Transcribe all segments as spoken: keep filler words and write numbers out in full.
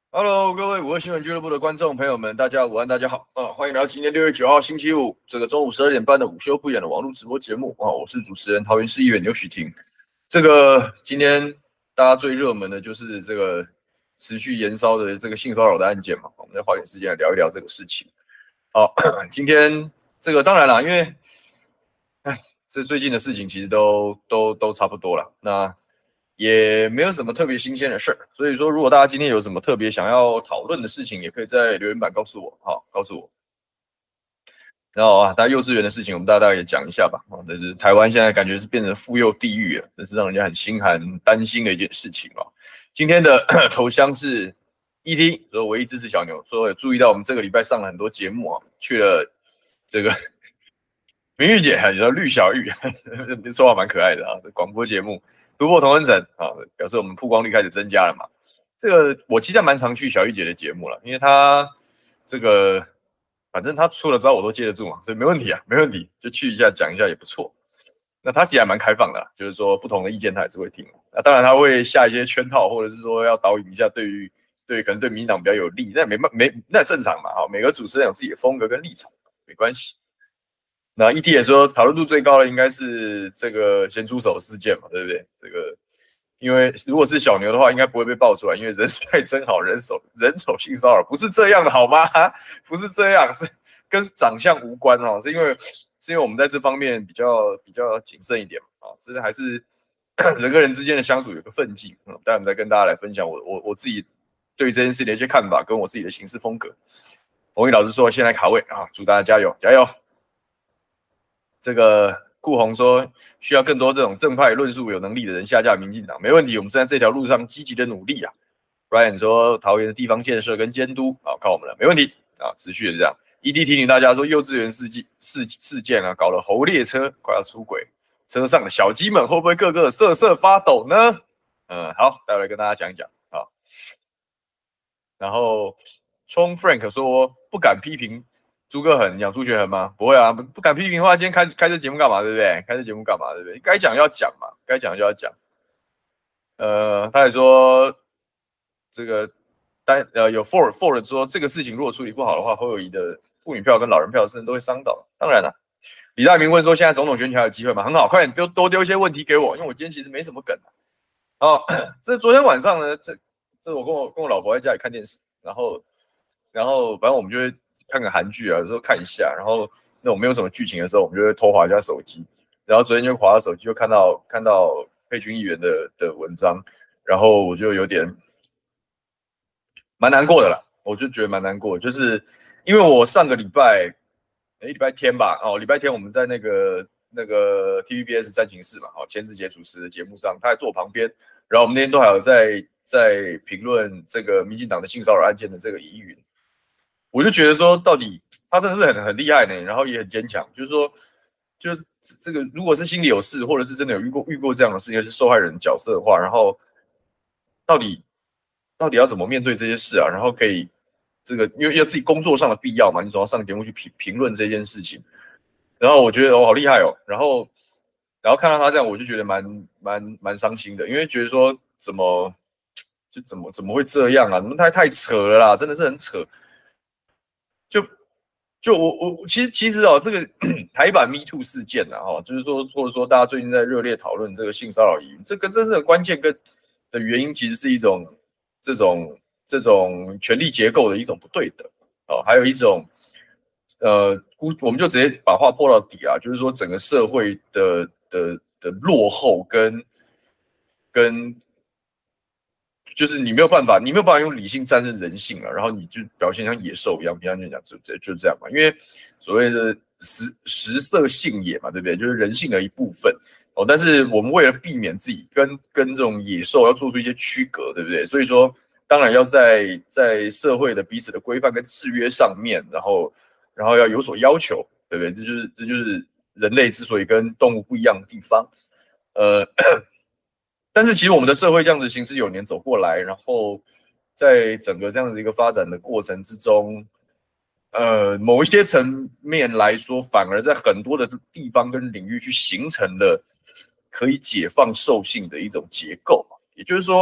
Hello，各位五二新闻俱乐部的观众朋友们，大家午安，大家好啊！欢迎来到今天六月九号星期五这个中午十二点半的午休不演的网络直播节目啊！我是主持人桃园市议员刘许婷。这个今天大家最热门的就是这个持续延烧的这个性骚扰的案件嘛，我们再花点时间来聊一聊这个事情。好，今天这个当然啦，因为哎，这最近的事情其实都都都差不多了。那也没有什么特别新鲜的事儿，所以说如果大家今天有什么特别想要讨论的事情，也可以在留言板告诉我，好，告诉我。然后啊，大家幼稚园的事情，我们大概也讲一下吧。啊，这是台湾现在感觉是变成妇幼地狱了，这是让人家很心寒、担心的一件事情啊。今天的头香是 E T， 说唯一支持小牛，说有注意到我们这个礼拜上了很多节目啊，去了这个明玉姐，还有绿小玉，说话蛮可爱的啊，广播节目。突破同温层啊，表示我们曝光率开始增加了嘛。这个我其实蛮常去小玉姐的节目了，因为她这个反正她出了招我都接得住嘛，所以没问题啊，没问题，就去一下讲一下也不错。那她其实还蛮开放的啦，就是说不同的意见她也是会听。那当然她会下一些圈套，或者是说要导引一下对于对可能对民进党比较有利，那没没那正常嘛，好，每个主持人有自己的风格跟立场，没关系。那 E T 也说讨论度最高的应该是这个咸猪手事件嘛，对不对？这个因为如果是小牛的话，应该不会被爆出来，因为人帅真好，人丑人丑性骚扰不是这样的好吗？不是这样，是跟长相无关哦，是因为是因为我们在这方面比较比较谨慎一点嘛，啊，这还是人跟人之间的相处有个分际，嗯，待会我们再跟大家来分享我我我自己对于这件事的一些看法，跟我自己的行事风格。洪毅老师说，先来卡位啊，祝大家加油加油！这个顾宏说需要更多这种正派论述有能力的人下架民进党，没问题，我们正在这条路上积极的努力啊。Brian 说桃园的地方建设跟监督啊，靠我们了，没问题啊，持续的这样。E D 提醒大家说，幼稚园事件事事件啊，搞了猴列车快要出轨，车上的小鸡们会不会个个瑟瑟发抖呢？嗯，好，待会来跟大家讲一讲啊。然后冲 Frank 说不敢批评朱哥恒养朱学恒吗？不会啊，不敢批评的话，今天开开这节目干嘛？对不对？开这节目干嘛？对不对？该讲要讲嘛，该讲就要讲。呃，他也说这个单呃有 Ford Ford 说这个事情如果处理不好的话，侯友宜的妇女票跟老人票甚至都会伤到。当然了，李大明问说现在总统选举还有机会吗？很好，快点丢多丢一些问题给我，因为我今天其实没什么梗啊。哦，这昨天晚上呢，这这我跟我跟我老婆在家里看电视，然后然后反正我们就会看个韩剧啊，有时候看一下，然后那种没有什么剧情的时候，我们就会偷滑一下手机。然后昨天就滑到手机，就看到看到佩君议员的的文章，然后我就有点蛮难过的啦，我就觉得蛮难过的，就是因为我上个礼拜，哎，礼拜天吧，哦，礼拜天我们在那个那个 T V B S 战情室嘛，哦，千智杰主持的节目上，他还坐我旁边，然后我们那天都还有在在评论这个民进党的性骚扰案件的这个疑云。我就觉得说，到底他真的是很很厉害呢，然后也很坚强。就是说，就是这个，如果是心里有事，或者是真的有遇过遇过这样的事情，是受害人角色的话，然后到底到底要怎么面对这些事啊？然后可以这个，因为要自己工作上的必要嘛，你总要上节目去评评论这件事情。然后我觉得哦，好厉害哦。然后然后看到他这样，我就觉得蛮蛮蛮伤心的，因为觉得说怎么就怎么怎么会这样啊？怎么太太扯了啦，真的是很扯。就就我我其实其实哦，这个台版 Me Too 事件啊，哈，就是说或者说大家最近在热烈讨论这个性骚扰疑云，这个真正的关键跟的原因其实是一种这种这种权力结构的一种不对等哦，还有一种呃，我们就直接把话破到底啊，就是说整个社会的的的落后跟跟就是你没有办法，你没有办法用理性战胜人性了，然后你就表现像野兽一样，平常就讲就就这样嘛。因为所谓的食食色性也嘛，对不对？就是人性的一部分哦。但是我们为了避免自己跟跟这种野兽要做出一些区隔，对不对？所以说，当然要在在社会的彼此的规范跟制约上面，然后然后要有所要求，对不对？这就是这就是人类之所以跟动物不一样的地方，呃。但是其实我们的社会这样子行之有年走过来，然后在整个这样子一个发展的过程之中，呃，某一些层面来说，反而在很多的地方跟领域去形成了可以解放兽性的一种结构。也就是说，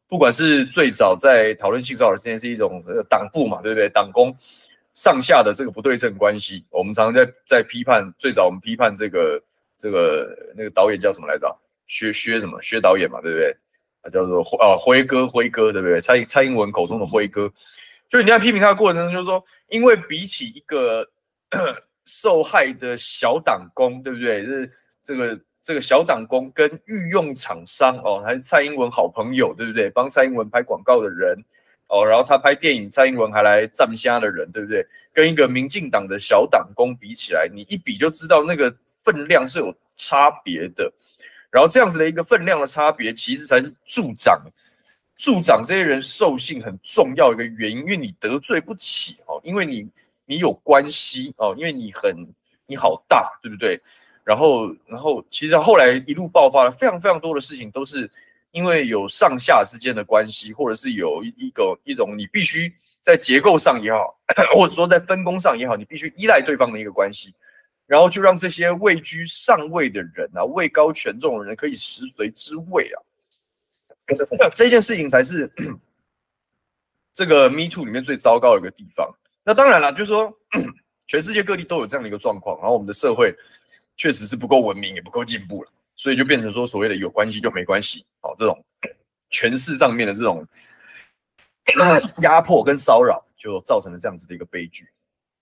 不管是最早在讨论性骚扰之前是一种党部嘛，对不对？党工上下的这个不对称关系，我们常常在在批判，最早我们批判这个这个那个导演叫什么来着？薛薛什么薛导演嘛，对不对？他叫做啊辉哥，辉哥对不对？蔡蔡英文口中的辉哥，就是你在批评他的过程中，就是说，因为比起一个受害的小党工，对不对？就是这个这个小党工跟御用厂商哦，还是蔡英文好朋友，对不对？帮蔡英文拍广告的人哦，然后他拍电影，蔡英文还来站虾的人，对不对？跟一个民进党的小党工比起来，你一比就知道那个分量是有差别的。然后这样子的一个分量的差别，其实才是助长助长这些人兽性很重要的一个原因，因为你得罪不起哦，因为你你有关系哦，因为你很你好大，对不对？然后然后其实后来一路爆发了非常非常多的事情，都是因为有上下之间的关系，或者是有一个一种你必须在结构上也好，或者说在分工上也好，你必须依赖对方的一个关系。然后就让这些位居上位的人啊，位高权重的人可以食髓知味啊，这件事情才是这个 Me Too 里面最糟糕的一个地方。那当然了，就是说全世界各地都有这样的一个状况，然后我们的社会确实是不够文明，也不够进步了，所以就变成说所谓的有关系就没关系，哦，这种权势上面的这种压迫跟骚扰，就造成了这样子的一个悲剧。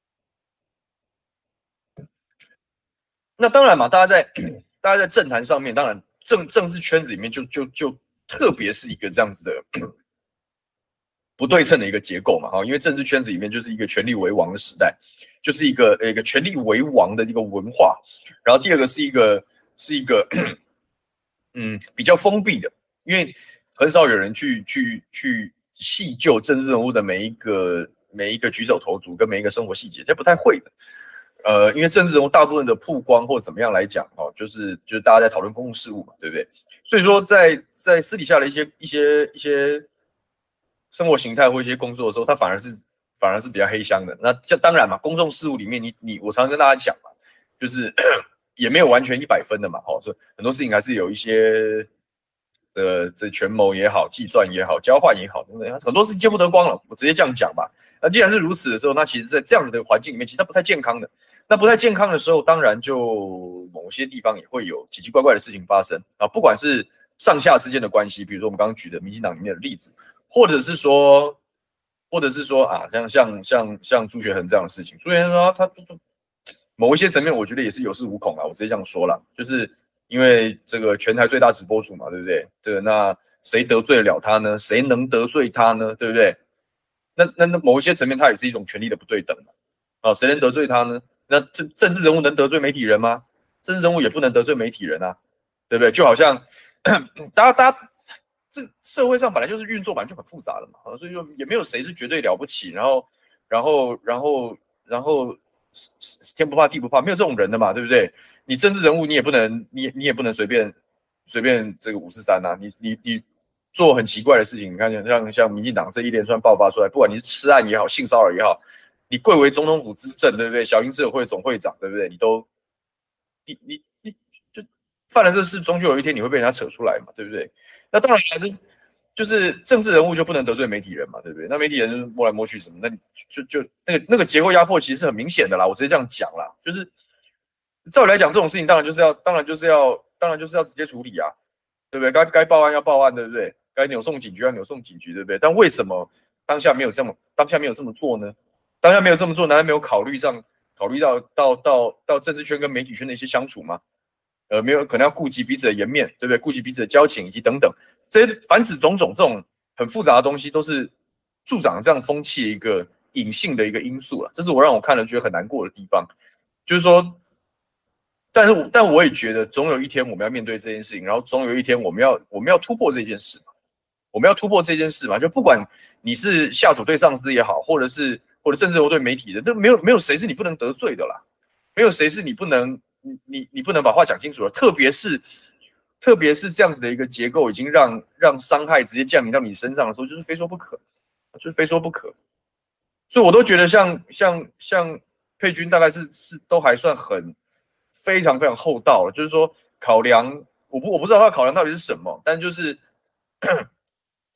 那当然嘛，大家在大家在政坛上面，当然政政治圈子里面就就就特别是一个这样子的不对称的一个结构嘛，哈，因为政治圈子里面就是一个权力为王的时代，就是一个一个权力为王的一个文化。然后第二个是一个是一个嗯比较封闭的，因为很少有人去去去细究政治人物的每一个每一个举手投足跟每一个生活细节，这不太会的。呃，因为政治人物大部分的曝光或怎么样来讲，哦，就是就是大家在讨论公共事务嘛，对不对？所以说在在私底下的一些一些一些生活形态或一些工作的时候，它反而是反而是比较黑箱的。那这当然嘛，公众事务里面你你我常常跟大家讲嘛，就是也没有完全一百分的嘛，哦，所以很多事情还是有一些这这权谋也好，计算也好，交换也好，很多事情见不得光了。我直接这样讲吧。那既然是如此的时候，那其实在这样的环境里面，其实它不太健康的。那不太健康的时候，当然就某些地方也会有奇奇怪怪的事情发生啊，不管是上下之间的关系，比如说我们刚刚举的民进党里面的例子，或者是说，或者是说啊，像像像像朱学恒这样的事情，朱学恒说他某一些层面，我觉得也是有恃无恐啊，我直接这样说了，就是因为这个全台最大直播主嘛，对不对？对，那谁得罪得了他呢？谁能得罪他呢？对不对？那那那某一些层面，它也是一种权力的不对等嘛。啊，谁能得罪他呢？那政政治人物能得罪媒体人吗？政治人物也不能得罪媒体人啊，对不对？就好像大家大家这社会上本来就是运作本来就很复杂的嘛，所以说也没有谁是绝对了不起，然后然后然后然后天不怕地不怕，没有这种人的嘛，对不对？你政治人物你也不能你你也不能随便随便这个五四三啊，你你你做很奇怪的事情，你看像像民进党这一连串爆发出来，不管你是吃案也好，性骚扰也好。你贵为总统府资政，对不对？小英执委会总会长，对不对？你都，你你你就犯了这事，终究有一天你会被人家扯出来嘛，对不对？那当然还是就是政治人物就不能得罪媒体人嘛，对不对？那媒体人就是摸来摸去什么，那你就就那个那个结构压迫其实是很明显的啦，我直接这样讲啦，就是照理来讲这种事情当然就是要当然就是要当然就是要直接处理啊，对不对？该该报案要报案，对不对？该扭送警局要扭送警局，对不对？但为什么当下没有这么当下没有这么做呢？当然没有这么做，难道没有考虑上考虑到到到到政治圈跟媒体圈的一些相处吗？呃，没有可能要顾及彼此的颜面，对不对？顾及彼此的交情以及等等这些凡此种种这种很复杂的东西，都是助长这样风气的一个隐性的一个因素了。这是我让我看了觉得很难过的地方，就是说，但是但我也觉得总有一天我们要面对这件事情，然后总有一天我们要我们要突破这件事嘛，我们要突破这件事嘛，就不管你是下属对上司也好，或者是或者政治人物对媒体人，这没有没有谁是你不能得罪的啦，没有谁是你不能你你你不能把话讲清楚了，特别是特别是这样子的一个结构，已经让让伤害直接降临到你身上的时候，就是非说不可，就是非说不可。所以我都觉得像像像佩君大概是是都还算很非常非常厚道了，就是说考量我不我不知道他考量到底是什么，但就是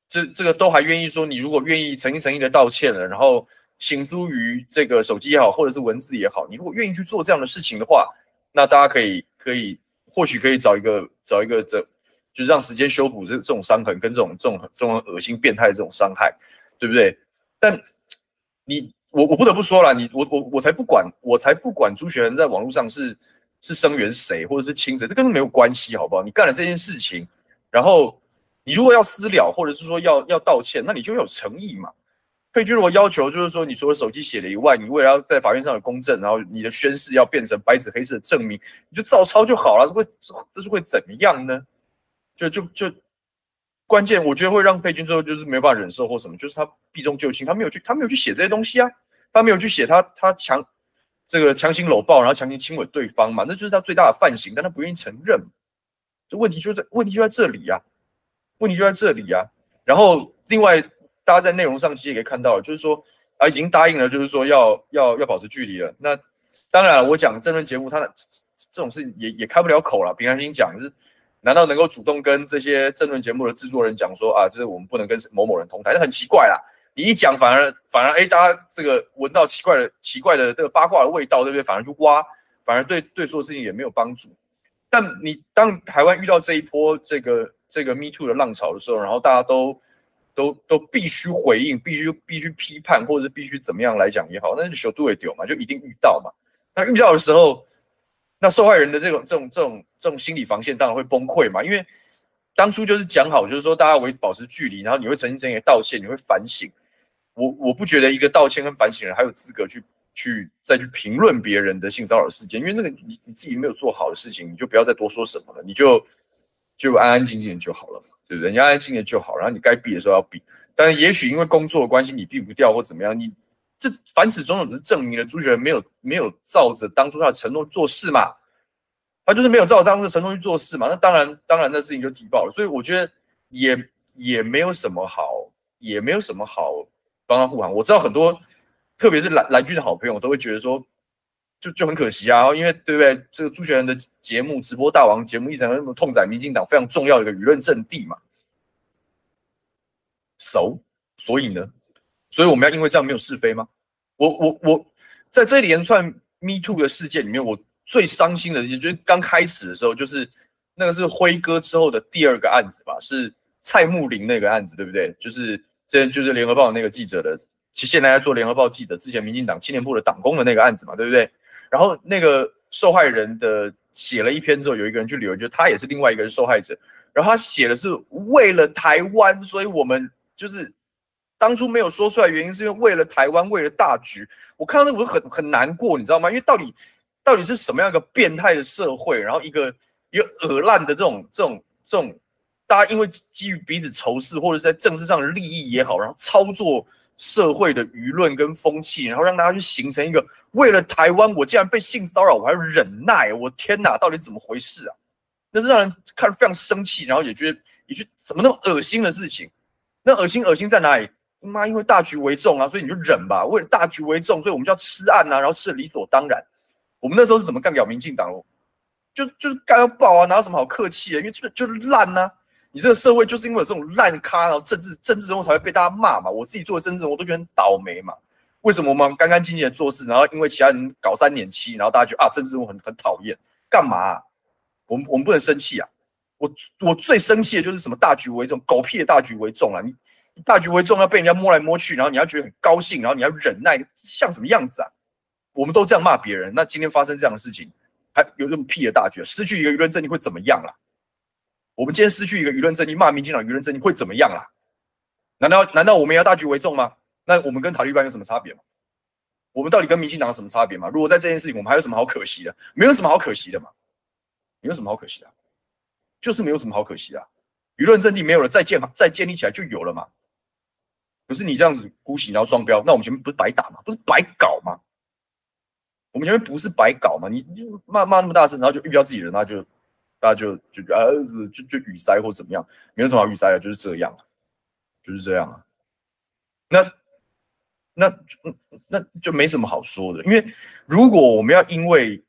这这个都还愿意说，你如果愿意诚心诚意的道歉了，然后行诸于这个手机也好，或者是文字也好，你如果愿意去做这样的事情的话，那大家可以可以或许可以找一个找一个这就是让时间修补这这种伤痕跟这种这种这种恶心变态的这种伤害，对不对？但你我我不得不说了，你我我我才不管我才不管朱学恒在网络上是是声援谁或者是亲谁，这跟没有关系，好不好？你干了这件事情，然后你如果要私了，或者是说要要道歉，那你就有诚意嘛。佩君如果要求就是说，你除了手机写了以外，你为了要在法院上的公正，然后你的宣誓要变成白纸黑字的证明，你就照抄就好了，会这是会怎么样呢？就就就关键，我觉得会让佩君最后就是没有办法忍受或什么，就是他避重就轻，他没有去他没有去写这些东西啊，他没有去写他他强这个强行搂抱，然后强行亲吻对方嘛，那就是他最大的犯行，但他不愿意承认，这问题就在问题就在这里啊，问题就在这里啊。然后另外，大家在内容上其实也可以看到，就是说啊，已经答应了，就是说要要要保持距离了。那当然了，我讲政论节目，他这种事也也开不了口了。平常心讲，是难道能够主动跟这些政论节目的制作人讲说啊，就是我们不能跟某某人同台？那很奇怪啦。你一讲，反而反而哎，大家这个闻到奇怪的奇怪的这个八卦的味道，对不对？反而去挖，反而对对所有事情也没有帮助。但你当台湾遇到这一波这个这个 Me Too 的浪潮的时候，然后大家都都都必须回应，必须必须批判，或者是必须怎么样来讲也好，那就小度会丢嘛，就一定遇到嘛。那遇到的时候，那受害人的这种这种这种这种心理防线当然会崩溃嘛，因为当初就是讲好，就是说大家维保持距离，然后你会诚心诚意的道歉，你会反省。我我不觉得一个道歉跟反省人还有资格去去再去评论别人的性骚扰事件，因为那个你你自己没有做好的事情，你就不要再多说什么了，你就就安安静静的就好了，对不对？你安安静静的就好，然后你该避的时候要避。但是也许因为工作的关系，你避不掉或怎么样，你这凡此种种是证明了朱学恒没有没有照着当初他的承诺做事嘛，他就是没有照着当初的承诺去做事嘛。那当然当然那事情就踢爆了，所以我觉得也也没有什么好，也没有什么好。帮他护航，我知道很多，特别是蓝蓝军的好朋友都会觉得说，就就很可惜啊，因为对不对？这个朱学恒的节目直播大王节目一直在那么痛宰民进党非常重要的一个舆论阵地嘛。So， 所以呢，所以我们要因为这样没有是非吗？我我我在这一连串 Me Too 的事件里面，我最伤心的，也就是刚开始的时候，就是那个是辉哥之后的第二个案子吧，是蔡慕林那个案子，对不对？就是。这就是联合报那个记者的，其实现在在做联合报记者，之前民进党青年部的党工的那个案子嘛，对不对？然后那个受害人的写了一篇之后，有一个人去留言，就他也是另外一个受害者，然后他写的是为了台湾，所以我们就是当初没有说出来，原因是因为为了台湾，为了大局。我看到那个我很很难过，你知道吗？因为到底到底是什么样一个变态的社会，然后一个一个恶烂的这种这种这种。大家因为基于彼此仇视，或者在政治上的利益也好，然后操作社会的舆论跟风气，然后让大家去形成一个为了台湾，我竟然被性骚扰，我还要忍耐，我天哪，到底怎么回事啊？那是让人看得非常生气，然后也觉得也觉得怎么那么恶心的事情？那恶心恶心在哪里？妈，因为大局为重啊，所以你就忍吧。为了大局为重，所以我们就要吃案啊，然后吃的理所当然。我们那时候是怎么干掉民进党？就就是干要爆啊，哪有什么好客气的？因为就就是烂啊。你这个社会就是因为有这种烂咖，然后政治政治人物才会被大家骂嘛。我自己做的政治人物，我都觉得很倒霉嘛。为什么我们干干净净的做事，然后因为其他人搞三年七，然后大家觉得啊，政治人物很很讨厌，干嘛啊？我们我们不能生气啊！我我最生气的就是什么大局为重，狗屁的大局为重啊！你你大局为重要被人家摸来摸去，然后你要觉得很高兴，然后你要忍耐，像什么样子啊？我们都这样骂别人，那今天发生这样的事情，还有这么屁的大局，失去一个舆论阵地会怎么样啦？我们今天失去一个舆论阵地，骂民进党舆论阵地会怎么样啦？难道难道我们也要大局为重吗？那我们跟塔利班有什么差别吗？我们到底跟民进党有什么差别吗？如果在这件事情，我们还有什么好可惜的？没有什么好可惜的嘛，没有什么好可惜的，就是没有什么好可惜的。舆论阵地没有了，再建再建立起来就有了嘛。可是你这样子姑息，然后双标，那我们前面不是白打吗？不是白搞吗？我们前面不是白搞吗？你骂骂那么大声，然后就遇到自己人，那就。大家就就呃就就语塞或怎么样，没有什么好语塞的，就是这样，就是这样啊。那那那就没什么好说的，因为如果我们要因为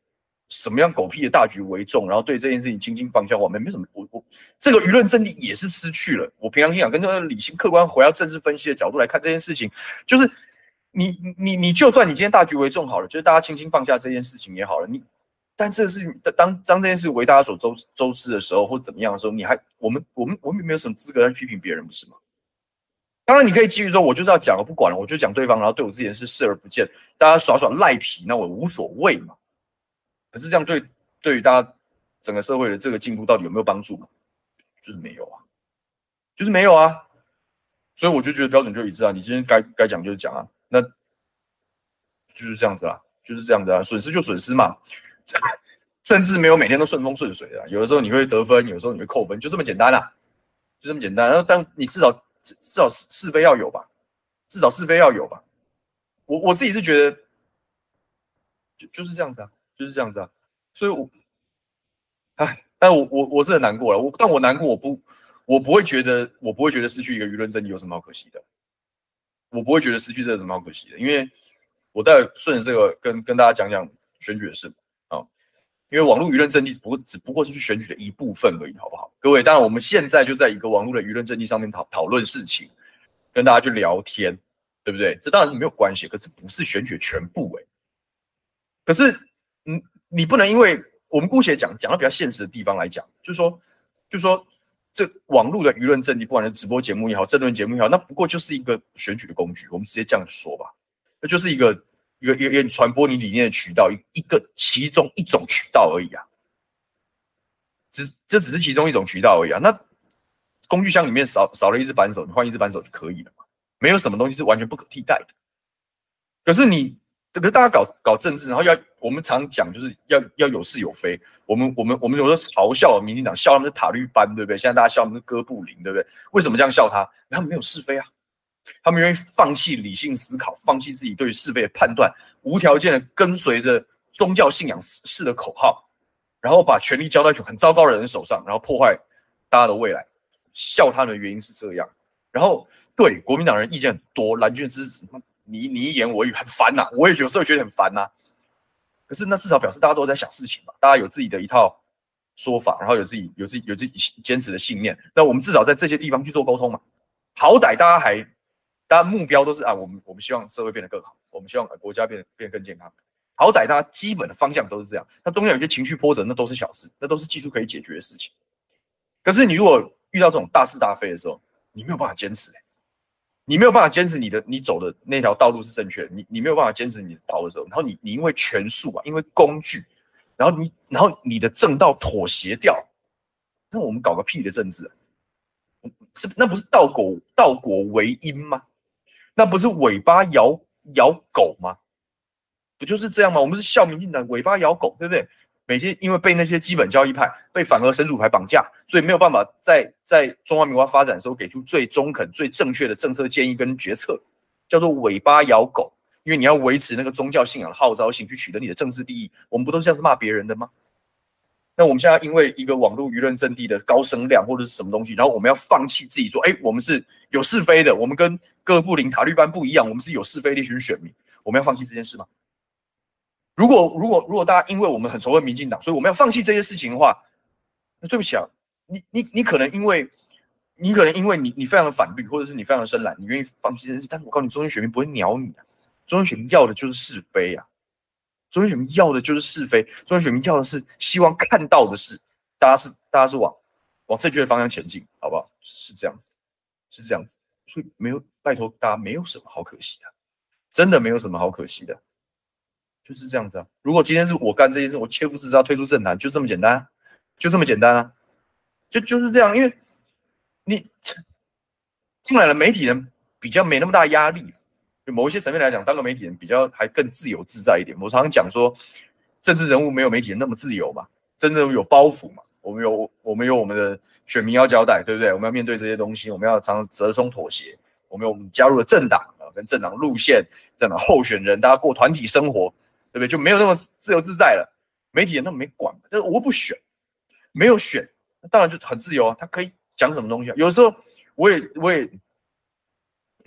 什么样狗屁的大局为重，然后对这件事情轻轻放下，我们没什么，我我这个舆论阵地也是失去了。我平常心讲，跟这个理性客观回到政治分析的角度来看这件事情，就是你你你就算你今天大局为重好了，就是大家轻轻放下这件事情也好了，你但这个事情当当这件事为大家所周周知的时候，或者怎么样的时候，你还我们我们我们没有什么资格来批评别人，不是吗？当然，你可以基于说，我就是要讲，我不管了，我就讲对方，然后对我自己的事视而不见，大家耍耍赖皮，那我无所谓嘛。可是这样对对于大家整个社会的这个进步到底有没有帮助嘛？就是没有啊，就是没有啊。所以我就觉得标准就一致啊，你今天该该讲就是讲啊，那就是这样子啦，就是这样子啊，损失就损失嘛。甚至没有每天都顺风顺水的，有的时候你会得分，有的时候你会扣分，就这么简单啦，就这么简单。然后但你至少至少是非要有吧，至少是非要有吧。我我自己是觉得，就就是这样子啊，就是这样子啊。所以我，唉，但我我我是很难过了。我但我难过，我不我不会觉得我不会觉得失去一个舆论阵地有什么好可惜的。我不会觉得失去这有什么好可惜的，因为我待会顺着这个跟跟大家讲讲选举的事啊。因为网络舆论阵地不过只不过是去选举的一部分而已，好不好？各位，当然我们现在就在一个网络的舆论阵地上面讨讨论事情，跟大家去聊天，对不对？这当然没有关系，可是不是选举的全部哎、欸。可是，嗯，你不能因为我们姑且讲讲到比较现实的地方来讲，就是说，就是说，这网络的舆论阵地，不管是直播节目也好，政论节目也好，那不过就是一个选举的工具，我们直接这样说吧，那就是一个。一个一个传播你理念的渠道，一个其中一种渠道而已啊，只这只是其中一种渠道而已啊。那工具箱里面少少了一只扳手，你换一只扳手就可以了嘛，没有什么东西是完全不可替代的。可是你，可是大家搞搞政治，然后要我们常讲就是要要有是有非。我们我们我们有时候嘲笑民进党，笑他们是塔绿班，对不对？现在大家笑他们是哥布林，对不对？为什么这样笑他？他们没有是非啊。他们愿意放弃理性思考，放弃自己对是非的判断，无条件的跟随着宗教信仰式的口号，然后把权力交到一群很糟糕的人手上，然后破坏大家的未来。笑他们的原因是这样。然后对国民党人意见很多，蓝军的支持，你你一言我一语，很烦呐、啊。我也有时候觉得很烦呐、啊。可是那至少表示大家都在想事情嘛，大家有自己的一套说法，然后有自己有自己有自己坚持的信念。那我们至少在这些地方去做沟通嘛。好歹大家还。大家目标都是啊，我们我们希望社会变得更好，我们希望国家变得变得更健康。好歹大家基本的方向都是这样。那中间有些情绪波折，那都是小事，那都是技术可以解决的事情。可是你如果遇到这种大是大非的时候，你没有办法坚持、欸，你没有办法坚持你的你走的那条道路是正确的，你你没有办法坚持你的道的时候，然后你你因为权术啊，因为工具，然后你然后你的正道妥协掉，那我们搞个屁的政治、啊，那不是倒果倒果为因吗？那不是尾巴咬咬狗吗？不就是这样吗？我们是笑民进党尾巴咬狗，对不对？每天因为被那些基本教义派、被反俄神主牌绑架，所以没有办法在在中华民国发展的时候给出最中肯、最正确的政策建议跟决策，叫做尾巴咬狗。因为你要维持那个宗教信仰的号召性，去取得你的政治利益，我们不都是这样子骂别人的吗？那我们现在因为一个网络舆论阵地的高声量或者是什么东西，然后我们要放弃自己说，哎，我们是有是非的，我们跟哥布林塔利班不一样，我们是有是非的一群选民，我们要放弃这件事吗？如果如果如果大家因为我们很仇恨民进党，所以我们要放弃这些事情的话，那对不起啊，你你你可能因为你可能因为你你非常的反绿，或者是你非常的深蓝，你愿意放弃这件事，但是我告诉你，中间选民不会鸟你啊，中间选民要的就是是非啊。中间选民要的就是是非，中间选民要的是希望看到的是，大家是大家是往往正确的方向前进，好不好？是这样子，是这样子，所以没有拜托大家没有什么好可惜的，真的没有什么好可惜的，就是这样子啊。如果今天是我干这件事，我切腹自杀退出政坛，就这么简单、啊，就这么简单啊，就就是这样，因为你进来了，媒体人比较没那么大压力。某一些层面来讲，当个媒体人比较还更自由自在一点。我常常讲说，政治人物没有媒体人那么自由嘛，真的有包袱嘛。我们有我们有我们的选民要交代，对不对？我们要面对这些东西，我们要常常折冲妥协。我们有我们加入了政党啊，跟政党路线、政党候选人，大家过团体生活，对不对？就没有那么自由自在了。媒体人那么没管，但是我不选，没有选，当然就很自由啊。他可以讲什么东西啊？有时候我也我也。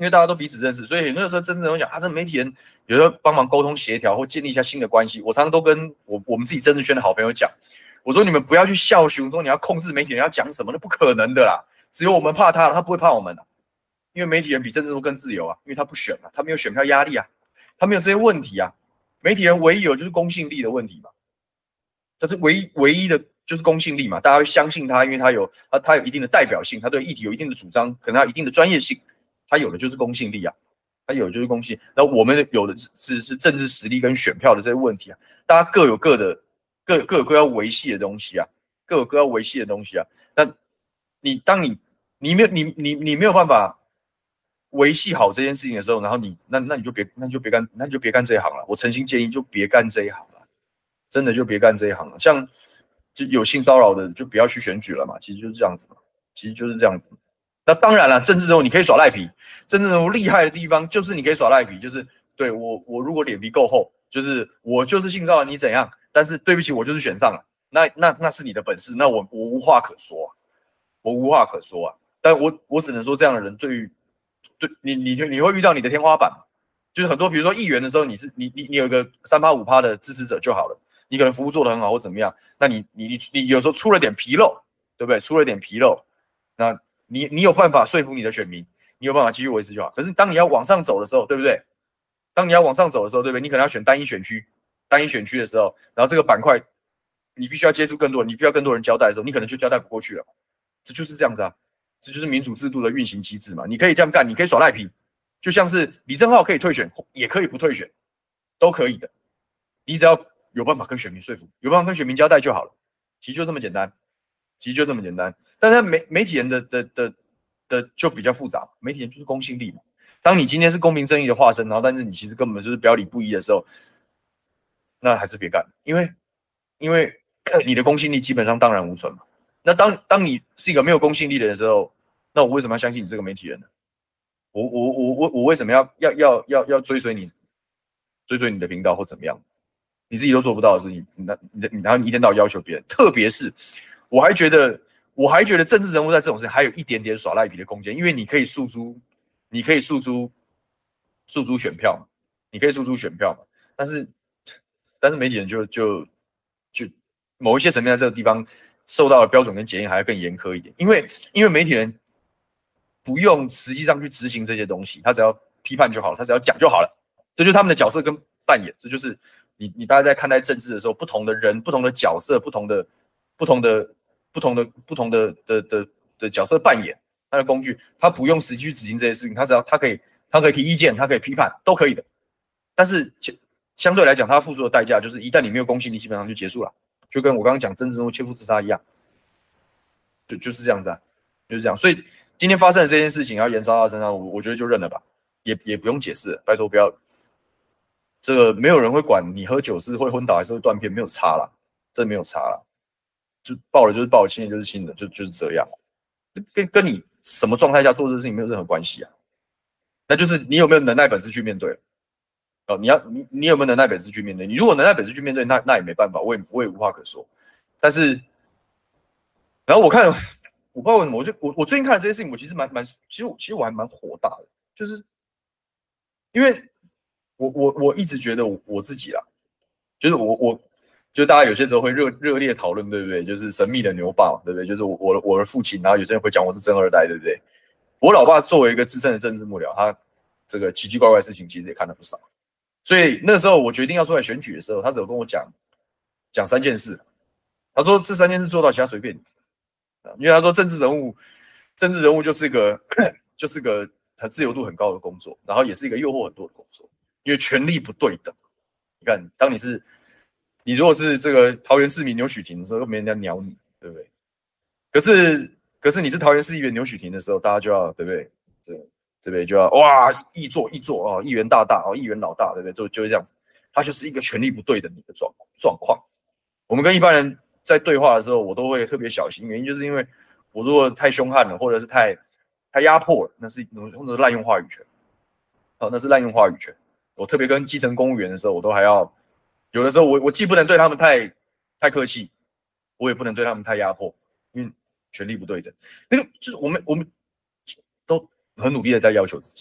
因为大家都彼此认识，所以那个时候真正人讲，他、啊、这媒体人有时候帮忙沟通协调或建立一下新的关系。我常常都跟我我们自己政治圈的好朋友讲，我说你们不要去笑熊，说你要控制媒体人要讲什么，那不可能的啦。只有我们怕他了，他不会怕我们的，因为媒体人比政治人物更自由啊，因为他不选啊，他没有选票压力啊，他没有这些问题啊。媒体人唯一有就是公信力的问题嘛，这是唯一唯一的。就是公信力嘛，大家会相信他，因为他有他他有一定的代表性，他对议题有一定的主张，可能他有一定的专业性，他有的就是公信力啊，他有的就是公信。那我们有的是是政治实力跟选票的这些问题啊，大家各有各的各各有各要维系的东西啊，各有各要维系的东西啊。那你当你你没有你你你没有办法维系好这件事情的时候，然后你那那你就别那你就别干那你就别干这一行了。我诚心建议就别干这一行了，真的就别干这一行了。像就有性骚扰的就不要去选举了嘛，其实就是这样子嘛，其实就是这样子。那当然了，政治人物你可以耍赖皮，政治人物厉害的地方就是你可以耍赖皮，就是对我我如果脸皮够厚，就是我就是性骚扰你怎样，但是对不起我就是选上了，那那那是你的本事，那我我无话可说啊，我无话可说啊。但我我只能说这样的人对于对你你你会遇到你的天花板嘛，就是很多比如说议员的时候，你是你你你有一个三趴五趴的支持者就好了。你可能服务做得很好或怎么样，那你你你你有时候出了点纰漏，对不对？出了点纰漏，那你你有办法说服你的选民，你有办法继续维持就好。可是当你要往上走的时候，对不对？当你要往上走的时候，对不对？你可能要选单一选区，单一选区的时候，然后这个板块你必须要接触更多人，你必须要更多人交代的时候，你可能就交代不过去了。这就是这样子啊，这就是民主制度的运行机制嘛。你可以这样干，你可以耍赖皮，就像是李正皓可以退选，也可以不退选，都可以的。你只要有办法跟选民说服，有办法跟选民交代就好了，其实就这么简单，其实就这么简单。但是媒媒体人的的的的就比较复杂，媒体人就是公信力嘛。当你今天是公平正义的化身，然后但是你其实根本就是表里不一的时候，那还是别干，因为因为你的公信力基本上当然无存嘛。那当当你是一个没有公信力的人的时候，那我为什么要相信你这个媒体人呢？我我我我我为什么要要要要要追随你，追随你的频道或怎么样？你自己都做不到的事情，你你然后你一天到晚要求别人，特别是我还觉得，我还觉得政治人物在这种事情还有一点点耍赖皮的空间，因为你可以诉诸，你可以诉诸诉诸选票嘛，你可以诉诸选票嘛，但是但是媒体人就就就某一些层面在这个地方受到的标准跟检验还要更严苛一点，因为因为媒体人不用实际上去执行这些东西，他只要批判就好了，他只要讲就好了，这就是他们的角色跟扮演，这就是。你你大家在看待政治的时候，不同的人、不同的角色、不同的、不同的、不同的、不同的的的的角色扮演，他的工具，他不用实际去执行这些事情，他只要他可以，他可以提意见，他可以批判，都可以的。但是相对来讲，他付出的代价就是，一旦你没有公信力，基本上就结束了，就跟我刚刚讲政治人物切腹自杀一样，就就是这样子啊，就是这样。所以今天发生的这件事情要延烧到他身上，我我觉得就认了吧，也也不用解释了，拜托不要。这个没有人会管你喝酒是会昏倒还是会断片，没有差啦，真没有差啦，就爆了就是爆了，亲的就是亲的，就就是这样，跟跟你什么状态下做这事情没有任何关系啊，那就是你有没有能耐本事去面对哦，你要你你有没有能耐本事去面对？你如果能耐本事去面对，那那也没办法，我也我也无话可说。但是，然后我看，我不知道为什么，我就我我最近看了这些事情，我其实蛮蛮，其实我其实我还蛮火大的，就是因为。我我我一直觉得 我, 我自己啦，就是我我，就大家有些时候会热热烈讨论，对不对？就是神秘的牛爸，对不对？就是我我的我的父亲，然后有些人会讲我是真二代，对不对？我老爸作为一个资深的政治幕僚，他这个奇奇怪怪的事情其实也看了不少，所以那时候我决定要出来选举的时候，他只有跟我讲讲三件事，他说这三件事做到，其他随便你，因为他说政治人物政治人物就是个就是个很自由度很高的工作，然后也是一个诱惑很多的工作。因为权力不对等，你看，当你是你如果是这个桃园市民牛许婷的时候，又没人家鸟你，对不对？可是可是你是桃园市议员牛许婷的时候，大家就要对不对？对对不对？就要哇，议座议座哦，议员大大哦，议员老大，对不对？就就是这样子，他就是一个权力不对等的一个状状况。我们跟一般人在对话的时候，我都会特别小心，原因就是因为我如果太凶悍了，或者是太太压迫了，那是那是滥用话语权，哦，那是滥用话语权。我特别跟基层公务员的时候，我都还要有的时候我，我既不能对他们太太客气，我也不能对他们太压迫，因为权力不对等。那个就是我们我们都很努力的在要求自己，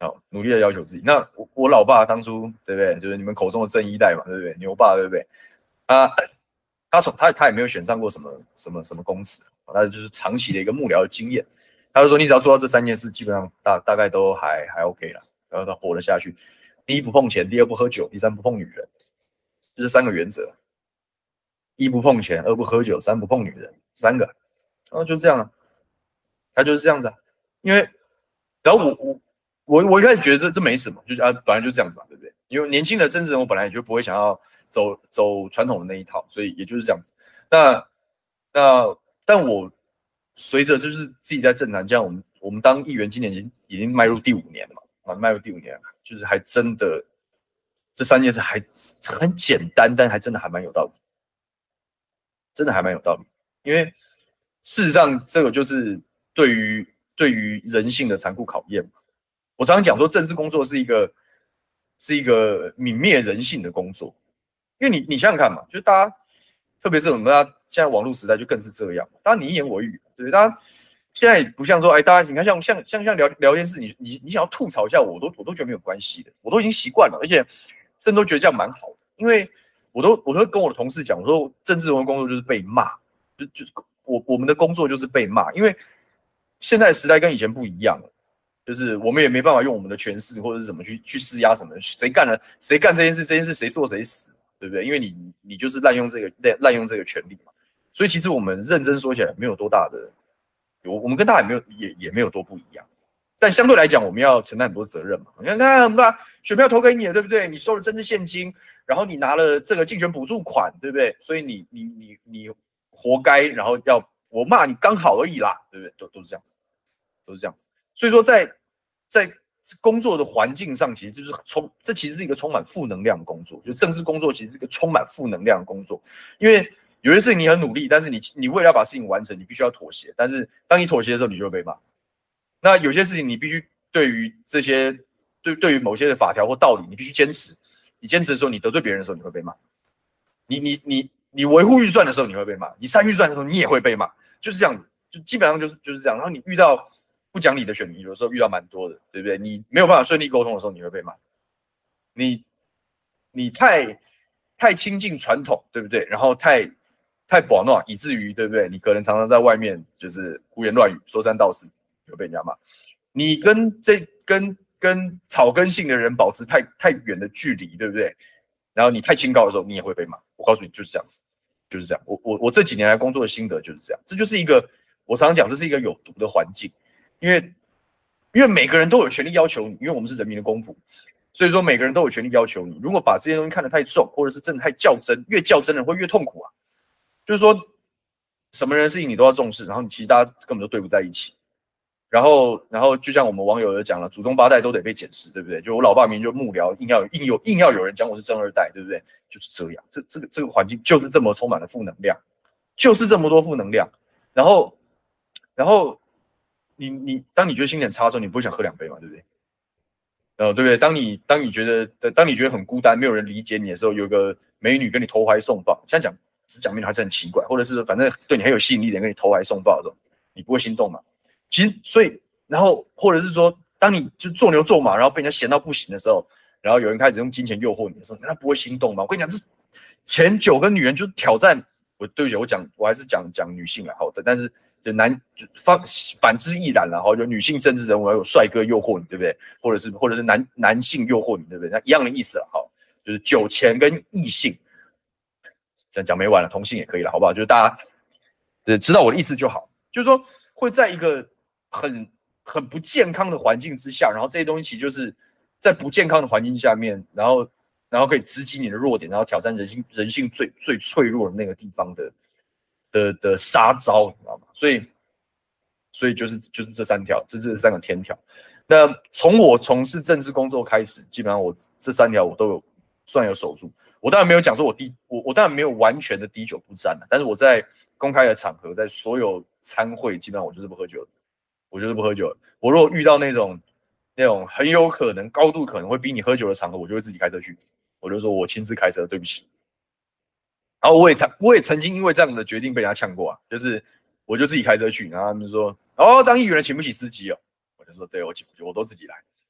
好，努力的要求自己。那我我老爸当初对不对？就是你们口中的正一代嘛，对不对？牛爸对不对？啊，他从他他也没有选上过什么什么什么公职，他就是长期的一个幕僚的经验。他就说，你只要做到这三件事，基本上大大概都还还 OK 了，然后他活得下去。第一不碰钱，第二不喝酒，第三不碰女人，就是三个原则：一不碰钱，二不喝酒，三不碰女人，三个。然后就这样啊，他就是这样子啊。因为，然后我我我我一开始觉得这这没什么，就是啊本来就这样子嘛，对不对？因为年轻的政治人我本来也就不会想要走走传统的那一套，所以也就是这样子。那那但我随着就是自己在政坛，这样我们我们当议员，今年已经已经迈入第五年了嘛，啊，迈入第五年，就是还真的这三件事还很简单，但还真的还蛮有道理，真的还蛮有道理。因为事实上，这个就是对于对于人性的残酷考验嘛。我常常讲说，政治工作是一个是一个泯灭人性的工作，因为你你想想看嘛，就是大家，特别是我们大家现在网络时代就更是这样，大家你一言我一语，对不对？大家现在不像说，哎，大家你看像像像像聊聊天室，你你你想要吐槽一下我，我都我都觉得没有关系的，我都已经习惯了，而且甚至都觉得这样蛮好的，因为我都我都跟我的同事讲，我说政治人物工作就是被骂，就就我我们的工作就是被骂，因为现在的时代跟以前不一样了。就是我们也没办法用我们的权势或者是什么去去施压什么，谁干了谁干这件事，这件事谁做谁死，对不对？因为你你就是滥用这个滥用这个权利嘛，所以其实我们认真说起来没有多大的，我我们跟大家也没有也也没有多不一样，但相对来讲我们要承担很多责任嘛。你看看我们把选票投给你了，对不对？你收了政治现金，然后你拿了这个竞选补助款，对不对？所以你你你你活该，然后要我骂你刚好而已啦，对不对？都都是这样子，都是这样子。所以说在，在在工作的环境上，其实就是充，这其实是一个充满负能量的工作。就政治工作其实是一个充满负能量的工作，因为有些事情你很努力，但是你你为了要把事情完成，你必须要妥协。但是当你妥协的时候，你就会被骂。那有些事情你必须对于这些对对于某些的法条或道理，你必须坚持。你坚持的时候，你得罪别人的时候，你会被骂。你你你你维护预算的时候，你会被骂；你删预算的时候，你也会被骂。就是这样子，就基本上就是就是这样。然后你遇到不讲理的选民，有的时候遇到蛮多的，对不对？你没有办法顺利沟通的时候，你会被骂。你你太太亲近传统，对不对？然后太太保暖，以至于对不对？你可能常常在外面就是胡言乱语、说三道四，会被人家骂。你跟这跟跟草根性的人保持太太远的距离，对不对？然后你太清高的时候，你也会被骂。我告诉你，就是这样子，就是这样。我我我这几年来工作的心得就是这样，这就是一个我常常讲，这是一个有毒的环境。因为因为每个人都有权利要求你，因为我们是人民的公仆，所以说每个人都有权利要求你。如果把这些东西看得太重，或者是真的太较真，越较真的人会越痛苦啊。就是说，什么人事情你都要重视，然后你其实大家根本都对不在一起。然后，然后就像我们网友有讲了，祖宗八代都得被检视，对不对？就我老爸明明就幕僚，硬要硬有硬要有人讲我是正二代，对不对？就是这样，这这个这个环境就是这么充满了负能量，就是这么多负能量。然后，然后。你你当你觉得心情很差的时候，你不会想喝两杯嘛，对不对？呃，对不对？当你当你觉得当你觉得很孤单，没有人理解你的时候，有个美女跟你投怀送抱，现在讲只讲美女还是很奇怪，或者是反正对你很有吸引力的人跟你投怀送抱的时候，你不会心动嘛？其实，所以然后或者是说，当你就做牛做马，然后被人家嫌到不行的时候，然后有人开始用金钱诱惑你的时候，难道不会心动吗？我跟你讲，这前九个女人就挑战我，对不起，我讲我还是讲讲女性啦，好的，但是。就男就反反之亦然，然后就女性政治人物要有帅哥诱惑你，对不对？或者是或者是男男性诱惑你，对不对？那一样的意思了，好，就是酒钱跟异性，这样讲没完了，同性也可以了，好不好？就是大家知道我的意思就好，就是说会在一个很很不健康的环境之下，然后这些东西其实就是在不健康的环境下面，然后然后可以直击你的弱点，然后挑战人性人性最最脆弱的那个地方的。的的杀招，你知道吗？所以，所以就是就是这三条，就这三个天条。那从我从事政治工作开始，基本上我这三条我都有算有守住。我当然没有讲说我滴我我当然没有完全的滴酒不沾了，但是我在公开的场合，在所有餐会，基本上我就是不喝酒的，我就是不喝酒的。我如果遇到那种那种很有可能、高度可能会逼你喝酒的场合，我就会自己开车去，我就说我亲自开车，对不起。然后我也曾我也曾经因为这样的决定被人家呛过啊，就是我就自己开车去，然后他们说哦，当议员请不起司机哦，我就说对，我请不起，我都自己来，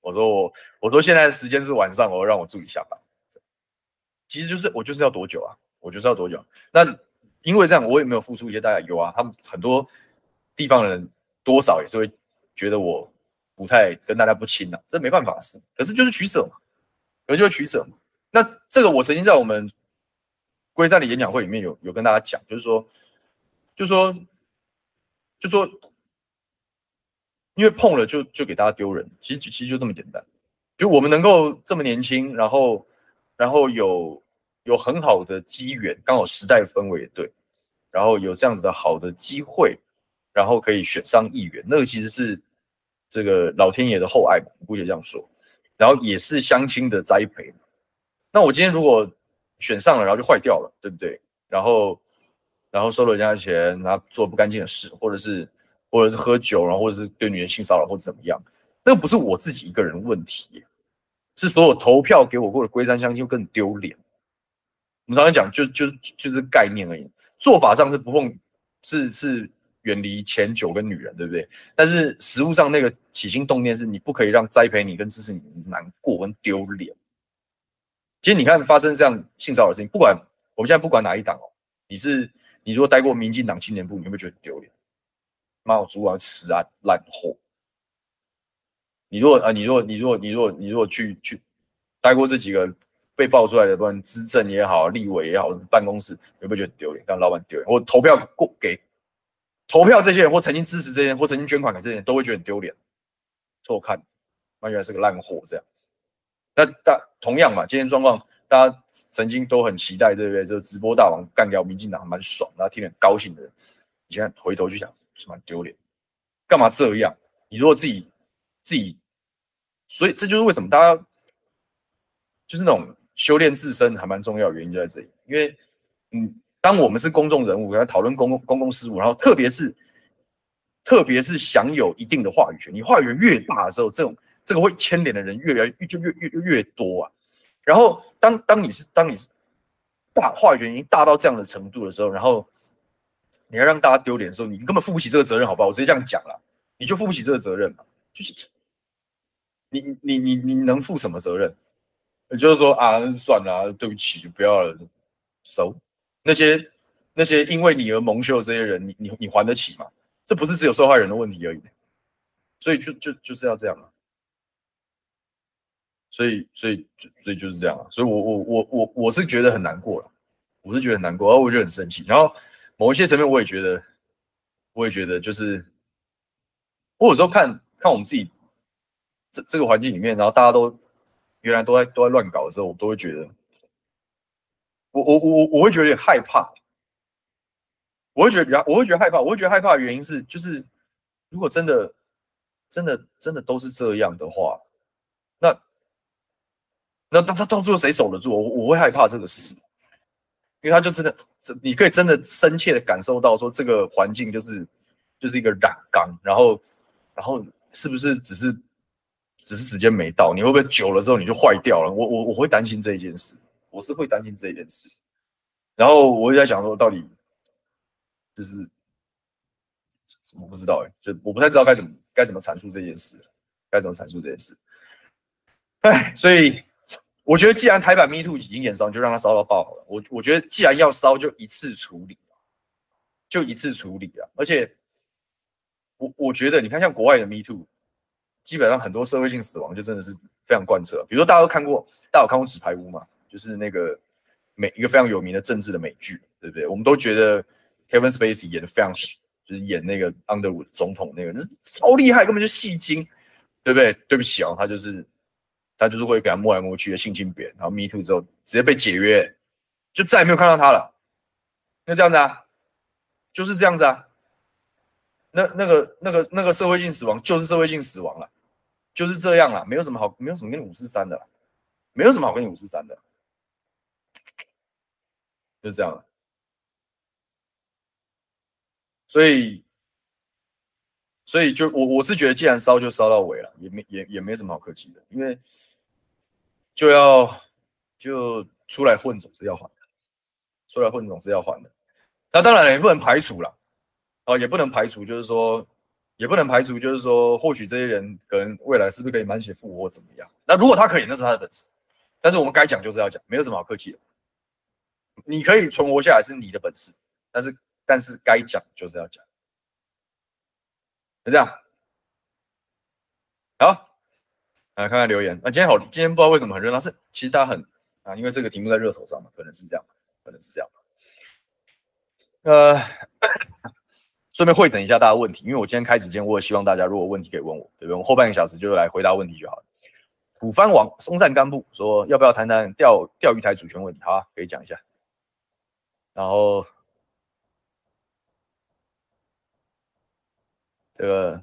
我说我我说现在时间是晚上，我让我助理下班。其实就是我就是要多久啊？我就是要多久？那因为这样，我也没有付出一些代价。有啊，他们很多地方的人多少也是会觉得我不太跟大家不亲啊，这没办法的事。可是就是取舍嘛，有人就会取舍嘛。那这个我曾经在我们龟山的演讲会里面有有跟大家讲，就是说，就是说，就说，因为碰了就就给大家丢人，其实其实就这么简单。就我们能够这么年轻，然后然后有有很好的机缘，刚好时代氛围也对，然后有这样子的好的机会，然后可以选上议员，那个其实是这个老天爷的厚爱嘛，姑且这样说，然后也是乡亲的栽培。那我今天如果选上了，然后就坏掉了，对不对？然后然后收了人家的钱，然后做不干净的事，或者是或者是喝酒，然后或者是对女人性骚扰或者怎么样，那个不是我自己一个人的问题，是所有投票给我过的龟山乡亲更丢脸。我们常常讲就就就是概念而已，做法上是不碰，是是远离钱酒跟女人，对不对？但是实务上那个起心动念是你不可以让栽培你跟支持你难过跟丢脸。其实你看发生这样性骚扰的事情，不管我们现在不管哪一党哦，你是你如果待过民进党青年部，你会不会觉得很丢脸？妈，我主管吃啊烂货。你如果啊，你如果你如果你如果你如果去去待过这几个被爆出来的，不管资政也好，立委也好，办公室，你会不会觉得很丢脸？让老板丢脸，或投票过给投票这些人，或曾经支持这些人，或曾经捐款给这些人，都会觉得很丢脸。错看，那原来是个烂货这样。那大同样嘛，今天状况大家曾经都很期待，对不对？这个直播大王干掉民进党，蛮爽，大家听得很高兴的人，你现在回头去想，是蛮丢脸。干嘛这样？你如果自己自己，所以这就是为什么大家就是那种修炼自身还蛮重要的原因就在这里。因为嗯，当我们是公众人物，来讨论公共公共事务，然后特别是特别是享有一定的话语权，你话语权越大的时候，这种这个会牵连的人越来越就越越越多啊。然后当当你是当你是大话语权已经大到这样的程度的时候，然后你要让大家丢脸的时候，你根本负不起这个责任，好不好？我直接这样讲了，你就负不起这个责任嘛。就是你你你你能负什么责任？也就是说啊，算了、啊，对不起，不要了。熟、so, 那些那些因为你而蒙羞的这些人，你你你还得起吗？这不是只有受害人的问题而已，所以就就就是要这样啊。所以所以所以就是这样啊。所以我我我我我是觉得很难过了，我是觉得很难过，然后我觉得很生气。然后某一些层面，我也觉得，我也觉得就是，我有时候看看我们自己这这个环境里面，然后大家都原来都在都在乱搞的时候，我都会觉得，我我我我会觉得有点害怕。我会觉得比较，我会觉得害怕。我会觉得害怕的原因是，就是如果真的、真的、真的都是这样的话，那那那他到最后谁守得住？我我会害怕这个事，因为他就真的，你可以真的深切的感受到说，这个环境就是就是一个染缸，然后然后是不是只是只是时间没到？你会不会久了之后你就坏掉了？我我我会担心这一件事，我是会担心这一件事。然后我也在想说，到底就是我不知道哎、欸，就我不太知道该怎么该怎么阐述这件事，该怎么阐述这件事。哎，所以我觉得既然台版 Me Too 已经延烧，就让它烧到爆好了。我我觉得既然要烧，就一次处理，就一次处理啊。而且我我觉得你看像国外的 Me Too， 基本上很多社会性死亡就真的是非常贯彻。比如说大家都看过，大家有看过《纸牌屋》嘛？就是那个美一个非常有名的政治的美剧，对不对？我们都觉得 Kevin Spacey 演的非常好。就是演那个 Underwood 总统那个人超厉害，根本就戏精，对不对？对不起啊、哦，他就是他就是会给他摸来摸去的性侵别人，然后 Me Too 之后直接被解约，就再也没有看到他了。那这样子啊，就是这样子啊。那那个那个那个社会性死亡就是社会性死亡了，就是这样了，没有什么好，没有什么跟你五四三的啦，没有什么好跟你五四三的，就是这样了。所以所以就我我是觉得，既然烧就烧到尾了，也没也也没什么好客气的，因为就要就出来混总是要还的，出来混总是要还的。那当然了，也不能排除了，啊，也不能排除，就是说也不能排除就是说，或许这些人可能未来是不是可以满血复活或怎么样？那如果他可以，那是他的本事。但是我们该讲就是要讲，没有什么好客气的。你可以存活下来是你的本事，但是但是该讲就是要讲，就这样。好，来看看留言。那、啊、今天好，今天不知道为什么很热闹，是其实大家很啊，因为这个题目在热头上嘛，可能是这样，可能是这样。呃，顺便会诊一下大家问题，因为我今天开始前，我也希望大家如果有问题可以问我，对不对？我后半个小时就来回答问题就好了。土番王松赞干部说要不要谈谈钓钓鱼台主权问题？好啊，可以讲一下。然后这个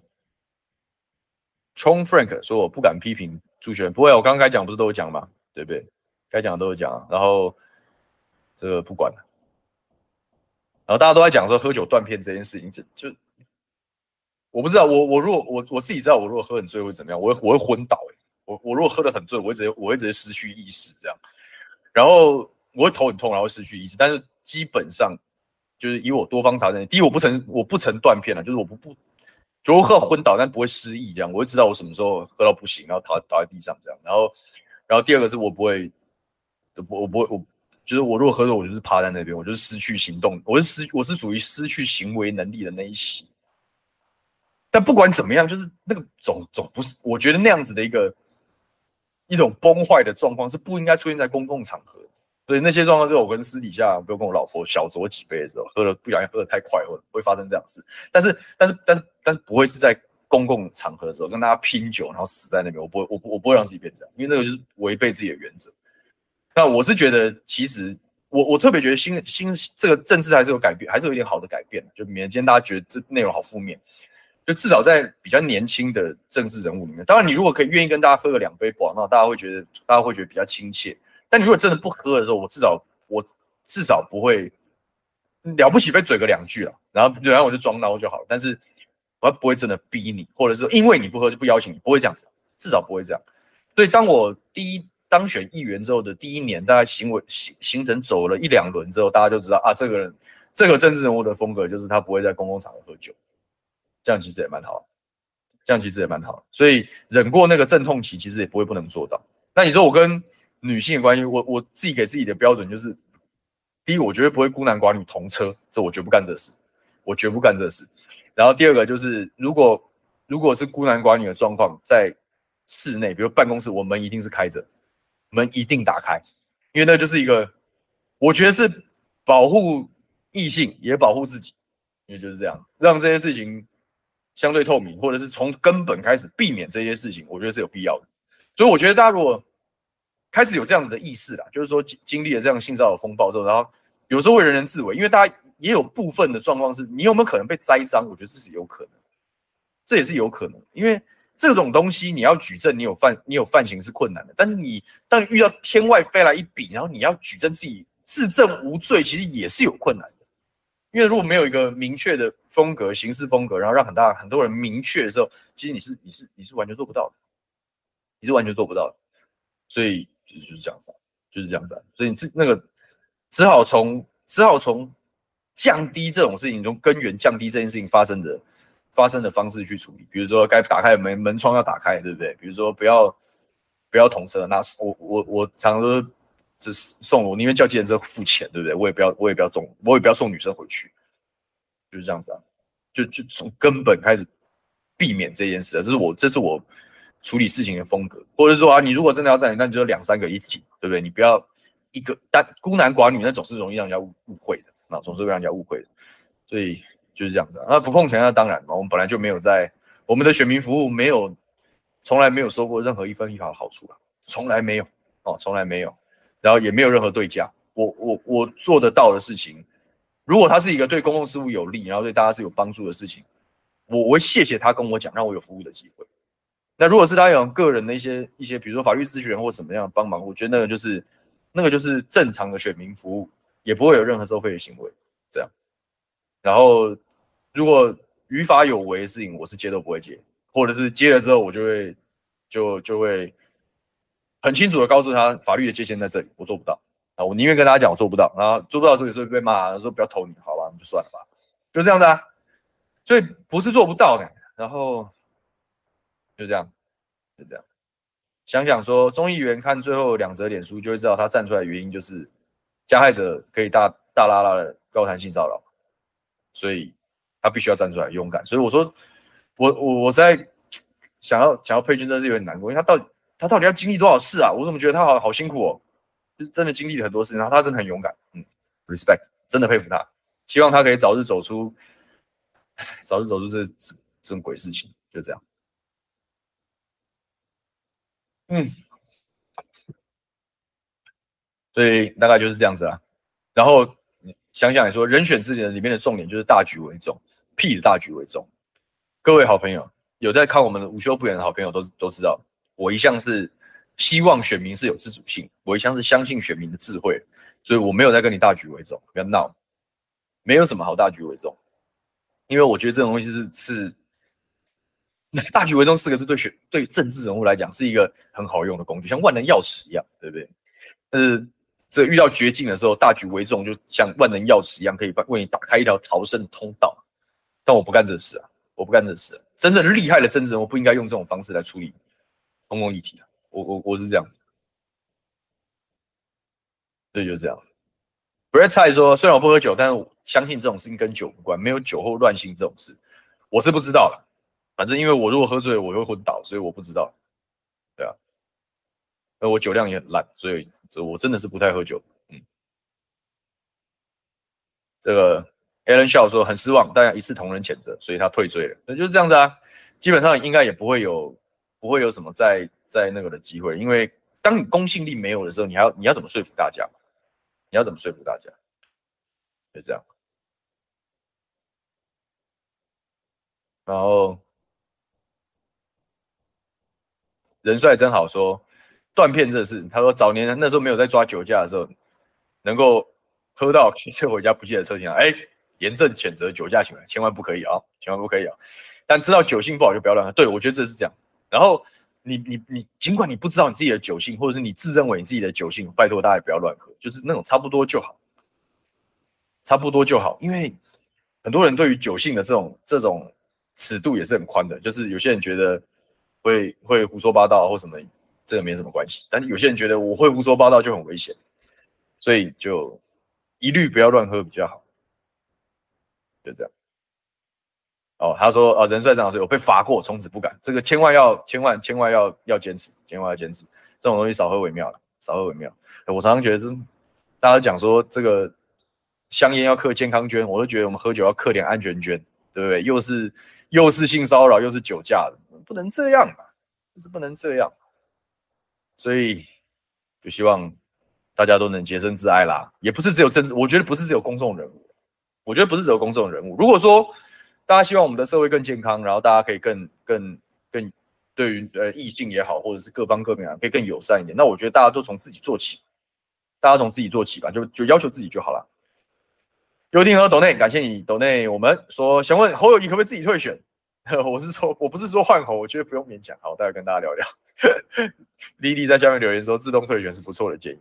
冲 Frank 说我不敢批评朱学仁，不会，我刚刚该讲不是都有讲吗？对不对？该讲的都有讲、啊，然后这个不管了。然后大家都在讲说喝酒断片这件事情，就就我不知道，我我如果我我自己知道，我如果喝很醉会怎么样？我会我会昏倒、欸，我我如果喝得很醉，我会直接我会直接失去意识这样，然后我会头很痛，然后失去意识，但是基本上就是以我多方查证，第一我不曾我不曾断片了，就是我不不就会喝昏倒，但不会失忆这样，我会知道我什么时候喝到不行，然后倒倒在地上这样，然后然后第二个是我不会，我不会我。就是我如果喝了，我就是趴在那边，我就是失去行动，我是失我是属于失去行为能力的那一型。但不管怎么样，就是那个总总不是，我觉得那样子的一个一种崩坏的状况是不应该出现在公共场合。所以那些状况就是我跟私底下，比如跟我老婆小酌几杯的时候，喝了不小心喝得太快，或会发生这样的事。但是但是但是但是不会是在公共场合的时候跟大家拼酒，然后死在那边。我不会我我不会让自己变这样，因为那个就是违背自己的原则。那我是觉得，其实我我特别觉得新新这个政治还是有改变，还是有一点好的改变，就免得今天大家觉得这内容好负面。就至少在比较年轻的政治人物里面，当然你如果可以愿意跟大家喝个两杯，那大家会觉得大家会觉得比较亲切。但你如果真的不喝的时候，我至少我至少不会了不起被嘴个两句了，然后然后我就装孬就好了。但是我不会真的逼你，或者是因为你不喝就不邀请你，不会这样子，至少不会这样。所以当我第一当选议员之后的第一年，大概行为行行程走了一两轮之后，大家就知道啊，这个人这个政治人物的风格就是他不会在公共场合喝酒，这样其实也蛮好，这样其实也蛮好。所以忍过那个阵痛期，其实也不会不能做到。那你说我跟女性的关系，我我自己给自己的标准就是，第一个我绝对不会孤男寡女同车，这我绝不干这事，我绝不干这事。然后第二个就是，如果如果是孤男寡女的状况，在室内，比如办公室，我门一定是开着，门一定打开，因为那就是一个，我觉得是保护异性，也保护自己，因为就是这样，让这些事情相对透明，或者是从根本开始避免这些事情，我觉得是有必要的。所以我觉得大家如果开始有这样子的意识啦，就是说经历了这样性骚扰风暴之后，然后有时候会人人自危，因为大家也有部分的状况是，你有没有可能被栽赃？我觉得这是有可能，这也是有可能，因为这种东西你要举证，你有犯你有犯行是困难的，但是你当你遇到天外飞来一笔，然后你要举证自己自证无罪，其实也是有困难的，因为如果没有一个明确的风格、行事风格，然后让很大很多人明确的时候，其实你是你是你是完全做不到的，你是完全做不到的，所以。就是这样子，就是这样子，所以你那个只好从只好从降低这种事情，从根源降低这件事情发生的发生的方式去处理。比如说，该打开的门门窗要打开，对不对？比如说，不要不要同车，那我我我常常说，只送我宁愿叫计程车付钱，对不对？我也不要我也不要送，我也不要送女生回去，就是这样子啊，就就从根本开始避免这件事，这是我这是我。处理事情的风格，或者说啊，你如果真的要占领，那你就两三个一起，对不对？你不要一个单孤男寡女，那总是容易让人家误会的，那总是会让人家误会的，所以就是这样子、啊。那不碰钱，那当然嘛，我们本来就没有在我们的选民服务没有，从来没有收过任何一分一毫的好处了，从来没有哦，从来没有，然后也没有任何对价。我我我做得到的事情，如果它是一个对公共事务有利，然后对大家是有帮助的事情，我我会谢谢他跟我讲，让我有服务的机会。那如果是他有个人的一些一些，比如说法律咨询或什么样的帮忙，我觉得那个就是那个就是正常的选民服务，也不会有任何收费的行为，这样。然后如果于法有违的事情，我是接都不会接，或者是接了之后，我就会就就会很清楚的告诉他，法律的界限在这里，我做不到啊，我宁愿跟大家讲我做不到，然后做不到之后有时候被骂，说不要投你，好吧，就算了吧，就这样子啊。所以不是做不到的。 然后就这样，就这样。想想说，众议员看最后两则脸书，就会知道他站出来的原因就是加害者可以大大拉拉的高谈性骚扰，所以他必须要站出来勇敢。所以我说，我我我在想要想要佩君真是有点难过，因为他到底他到底要经历多少事啊？我怎么觉得他好好辛苦哦？就是真的经历了很多事，然后他真的很勇敢，嗯 ，respect， 真的佩服他。希望他可以早日走出，早日走出这这这种鬼事情，就这样。嗯，所以大概就是这样子啦。然后想想你说，人选之前里面的重点就是大局为重，屁的大局为重。各位好朋友，有在看我们的午休不远的好朋友都都知道，我一向是希望选民是有自主性，我一向是相信选民的智慧，所以我没有在跟你大局为重，不要闹，没有什么好大局为重，因为我觉得这种东西是是大局为重四个字对选对政治人物来讲是一个很好用的工具，像万能钥匙一样，对不对？呃，这遇到绝境的时候，大局为重，就像万能钥匙一样，可以为你打开一条逃生的通道。但我不干这事啊，我不干这事、啊。真正厉害的政治人物不应该用这种方式来处理公共议题啊。我我我是这样子，对，就是这样。Brad 蔡说，虽然我不喝酒，但是我相信这种事情跟酒无关，没有酒后乱性这种事，我是不知道了。反正因为我如果喝醉了，我会昏倒，所以我不知道。对啊，而我酒量也很烂，所以我真的是不太喝酒。嗯，这个 Alan 笑说很失望，大家一视同仁谴责，所以他退追了。那就是这样子啊，基本上应该也不会有不会有什么在在那个的机会，因为当你公信力没有的时候，你还要你要怎么说服大家？你要怎么说服大家？就这样。然后人帅真好说断片这事，他说早年那时候没有在抓酒驾的时候，能够喝到骑车回家不记得车停了，哎，严正谴责酒驾行为，千万不可以啊，千万不可以啊！但知道酒性不好就不要乱喝，对我觉得这是这样。然后你你你，尽管你不知道你自己的酒性，或者是你自认为你自己的酒性，拜托大家也不要乱喝，就是那种差不多就好，差不多就好，因为很多人对于酒性的这种这种尺度也是很宽的，就是有些人觉得会会胡说八道或什么，这个没什么关系，但有些人觉得我会胡说八道就很危险，所以就一律不要乱喝比较好，就这样。哦，他说啊，人帅长老师有被罚过，从此不敢。这个千万要千万千万要要坚持，千万要坚持。这种东西少喝为妙了，少喝为妙。我常常觉得是大家讲说这个香烟要克健康捐，我都觉得我们喝酒要克点安全捐，对不对？又是又是性骚扰，又是酒驾的，不能这样嘛，就是不能这样。所以就希望大家都能洁身自爱啦。也不是只有政治，我觉得不是只有公众人物，我觉得不是只有公众人物。如果说大家希望我们的社会更健康，然后大家可以更更更对于呃异性也好，或者是各方各面啊，可以更友善一点。那我觉得大家都从自己做起，大家从自己做起吧，就就要求自己就好了。优听和斗内，感谢你斗内。我们说想问侯友宜可不可以自己退选？我是说，我不是说换侯，我觉得不用勉强。好，待会跟大家聊聊。莉莉在下面留言说，自动退选是不错的建议。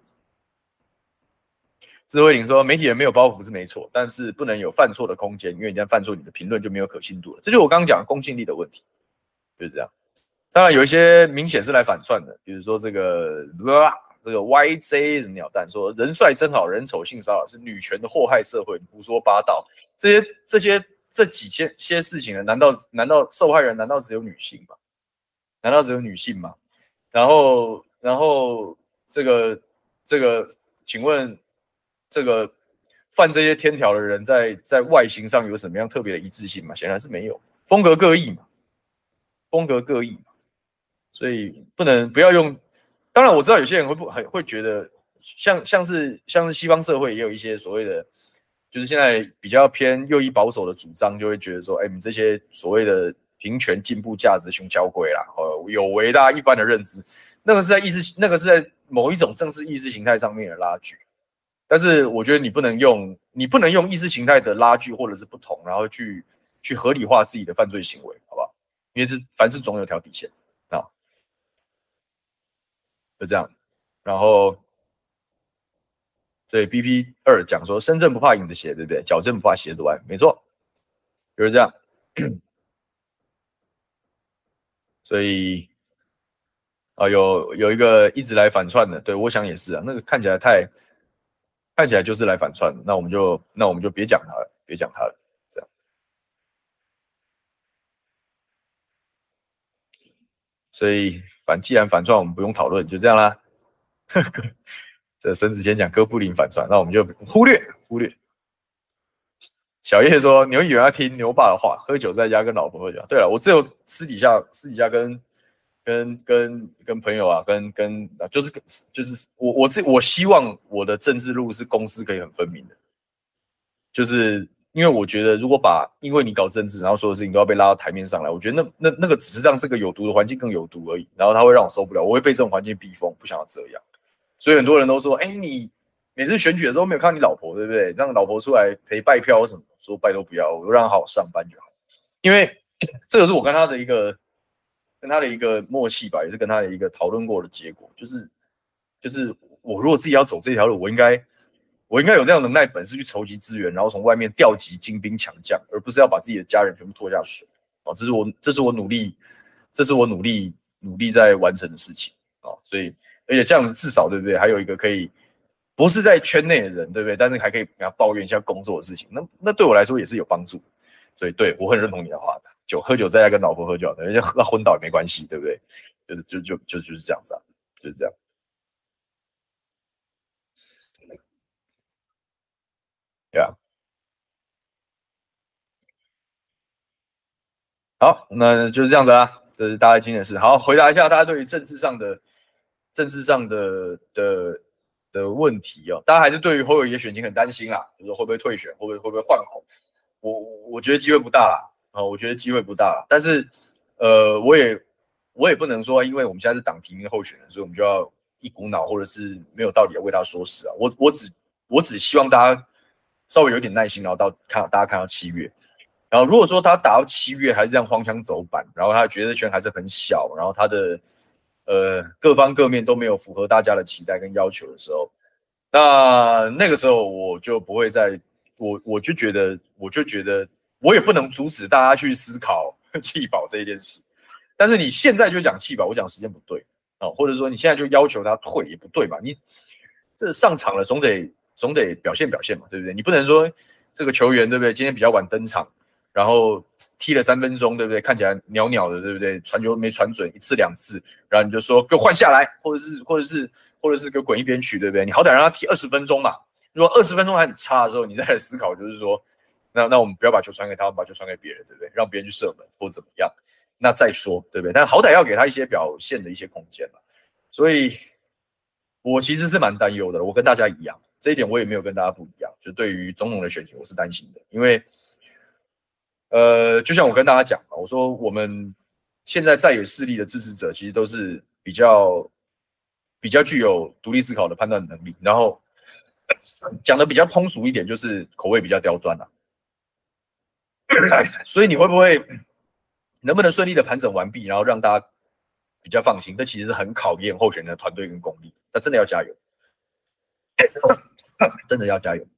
智慧玲说，媒体人没有包袱是没错，但是不能有犯错的空间，因为你在犯错，你的评论就没有可信度了。这就是我刚刚讲的公信力的问题，就是这样。当然有一些明显是来反串的，比如说这个、呃、这个 Y J 什么鸟蛋说人帅真好，人丑性骚扰是女权的祸害社会，胡说八道。这些这些这几些些事情呢，难道难道受害人难道只有女性吗？难道只有女性吗？然后然后这个这个，请问这个犯这些天条的人在在外形上有什么样特别的一致性吗？显然是没有，风格各异嘛，风格各异嘛，所以不能不要用。当然我知道有些人会不很会觉得，像像是像是西方社会也有一些所谓的，就是现在比较偏右翼保守的主张，就会觉得说，哎，你这些所谓的平权进步价值熊交鬼啦，哦，有违大家一般的认知。那个是在意识，那个是在某一种政治意识形态上面的拉锯。但是我觉得你不能用，你不能用意识形态的拉锯或者是不同，然后去去合理化自己的犯罪行为，好不好？因为是凡事总有条底线啊，就这样。然后对 B P 二讲说，身正不怕影子斜，对不对？脚正不怕鞋子歪，没错，就是这样。 所以啊、呃，有有一个一直来反串的，对我想也是啊，那个看起来太看起来就是来反串的，那我们就那我们就别讲他了，别讲他了，这样。所以反既然反串，我们不用讨论，就这样啦。这孙子先讲哥布林反串，那我们就忽略忽略。小叶说：“你以为要听牛爸的话，喝酒在家跟老婆喝酒。”对了，我只有私底下私底下跟跟跟跟朋友啊，跟跟就是就是我我自我希望我的政治路是公私可以很分明的，就是因为我觉得如果把因为你搞政治，然后所有事情都要被拉到台面上来，我觉得那那那个只是让这个有毒的环境更有毒而已，然后他会让我受不了，我会被这种环境逼疯，不想要这样。所以很多人都说：“哎、欸，你每次选举的时候没有看到你老婆，对不对？让老婆出来陪拜票什么？”说拜托不要，我就让他好好上班就好。因为这个是我跟他的一个跟他的一个默契吧，也是跟他的一个讨论过的结果，就是就是我如果自己要走这条路，我应该我应该有那样能耐本事去筹集资源，然后从外面调集精兵强将，而不是要把自己的家人全部拖下水。哦，这是我这是我努力这是我努力努力在完成的事情哦，所以而且这样子至少对不对？还有一个可以。不是在圈内的人，对不对？但是还可以跟他抱怨一下工作的事情，那那对我来说也是有帮助。所以对我很认同你的话，酒喝酒在家跟老婆喝酒，人家喝昏倒也没关系，对不对？就是就就就就是这样子啊，就是这样。对啊。好，那就是这样子啦，这是大家今天的事。好，回答一下大家对于政治上的政治上的的的问题哦。大家还是对于侯友宜的选情很担心啦，就是会不会退选，会不会会不会换候？我我觉得机会不大啦，啊、哦，我觉得机会不大啦。但是，呃，我也我也不能说，因为我们现在是党提名候选人，所以我们就要一股脑或者是没有道理的为他说事啊。我我只我只希望大家稍微有点耐心，然后到看大家看到七月。然后如果说他打到七月还是这样荒腔走板，然后他的决策权还是很小，然后他的呃各方各面都没有符合大家的期待跟要求的时候，那那个时候我就不会再我我就觉得我就觉得我也不能阻止大家去思考弃保这一件事，但是你现在就讲弃保，我讲时间不对啊、哦，或者说你现在就要求他退也不对吧？你这上场了总得总得表现表现嘛，对不对？你不能说这个球员对不对？今天比较晚登场。然后踢了三分钟，对不对？看起来袅袅的，对不对？传球没传准一次两次，然后你就说给我换下来，或者是或者是或者是给我滚一边去，对不对？你好歹让他踢二十分钟嘛。如果二十分钟还很差的时候，你再来思考，就是说，那那我们不要把球传给他，我们把球传给别人，对不对？让别人去射门或怎么样，那再说，对不对？但好歹要给他一些表现的一些空间嘛。所以，我其实是蛮担忧的，我跟大家一样，这一点我也没有跟大家不一样，就对于总统的选情，我是担心的，因为。呃，就像我跟大家讲嘛，我说我们现在在野势力的支持者，其实都是比较比较具有独立思考的判断能力，然后讲的比较通俗一点，就是口味比较刁钻啦、啊。所以你会不会能不能顺利的盘整完毕，然后让大家比较放心？这其实是很考验候选人的团队跟功力，那真的要加油，真的要加油。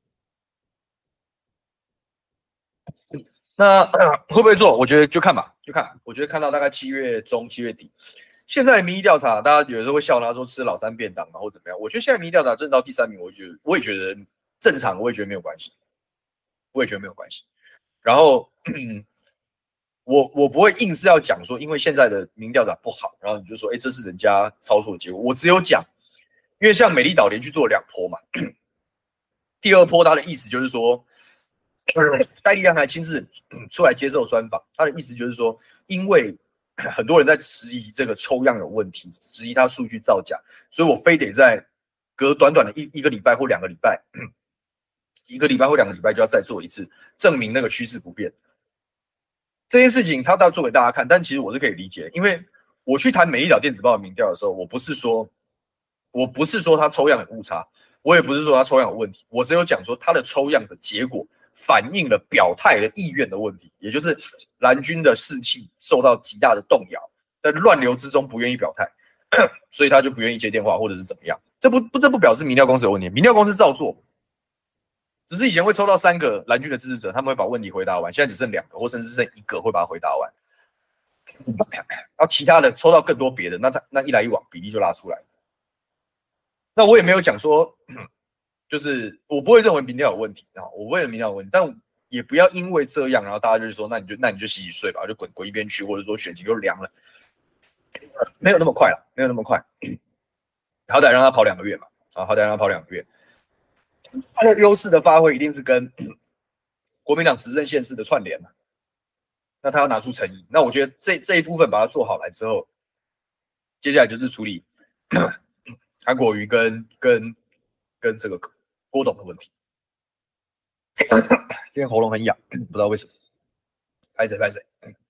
那、呃、会不会做？我觉得就看吧，就看。我觉得看到大概七月中、七月底，现在民意调查，大家有时候会笑他说吃老三便当嘛，或怎么样。我觉得现在民意调查真的到第三名，我觉得我也觉得正常，我也觉得没有关系，我也觉得没有关系。然后，嗯、我我不会硬是要讲说，因为现在的民调查不好，然后你就说，哎，这是人家操作的结果。我只有讲，因为像美丽岛连续做了两波嘛，第二波他的意思就是说。戴立亮还亲自出来接受专访，他的意思就是说，因为很多人在质疑这个抽样有问题，质疑他数据造假，所以我非得在隔短短的一一个礼拜或两个礼拜，一个礼拜或两个礼拜就要再做一次，证明那个趋势不变。这件事情他倒做给大家看，但其实我是可以理解，因为我去谈美丽岛电子报的民调的时候，我不是说，我不是说他抽样有误差，我也不是说他抽样有问题，我只有讲说他的抽样的结果。反映了表态的意愿的问题，也就是蓝军的士气受到极大的动摇，在乱流之中不愿意表态，所以他就不愿意接电话或者是怎么样。这不不这不表示民调公司有问题，民调公司照做，只是以前会抽到三个蓝军的支持者，他们会把问题回答完，现在只剩两个或甚至剩一个会把它回答完。 然后其他的抽到更多别的，那他那一来一往比例就拉出来。那我也没有讲说，就是我不会认为民调有问题啊，我不会认为民调有问题，但也不要因为这样，然后大家就是说，那你就那你就洗洗睡吧，就滚滚一边去，或者说选情就凉了，没有那么快了，没有那么快，好歹让他跑两个月嘛，啊，好歹让他跑两个月，他的优势的发挥一定是跟国民党执政县市的串联嘛，那他要拿出诚意，那我觉得这这一部分把它做好来之后，接下来就是处理韩国瑜跟跟跟这个郭董的问题。今天喉咙很痒，不知道为什么，拍谁拍谁。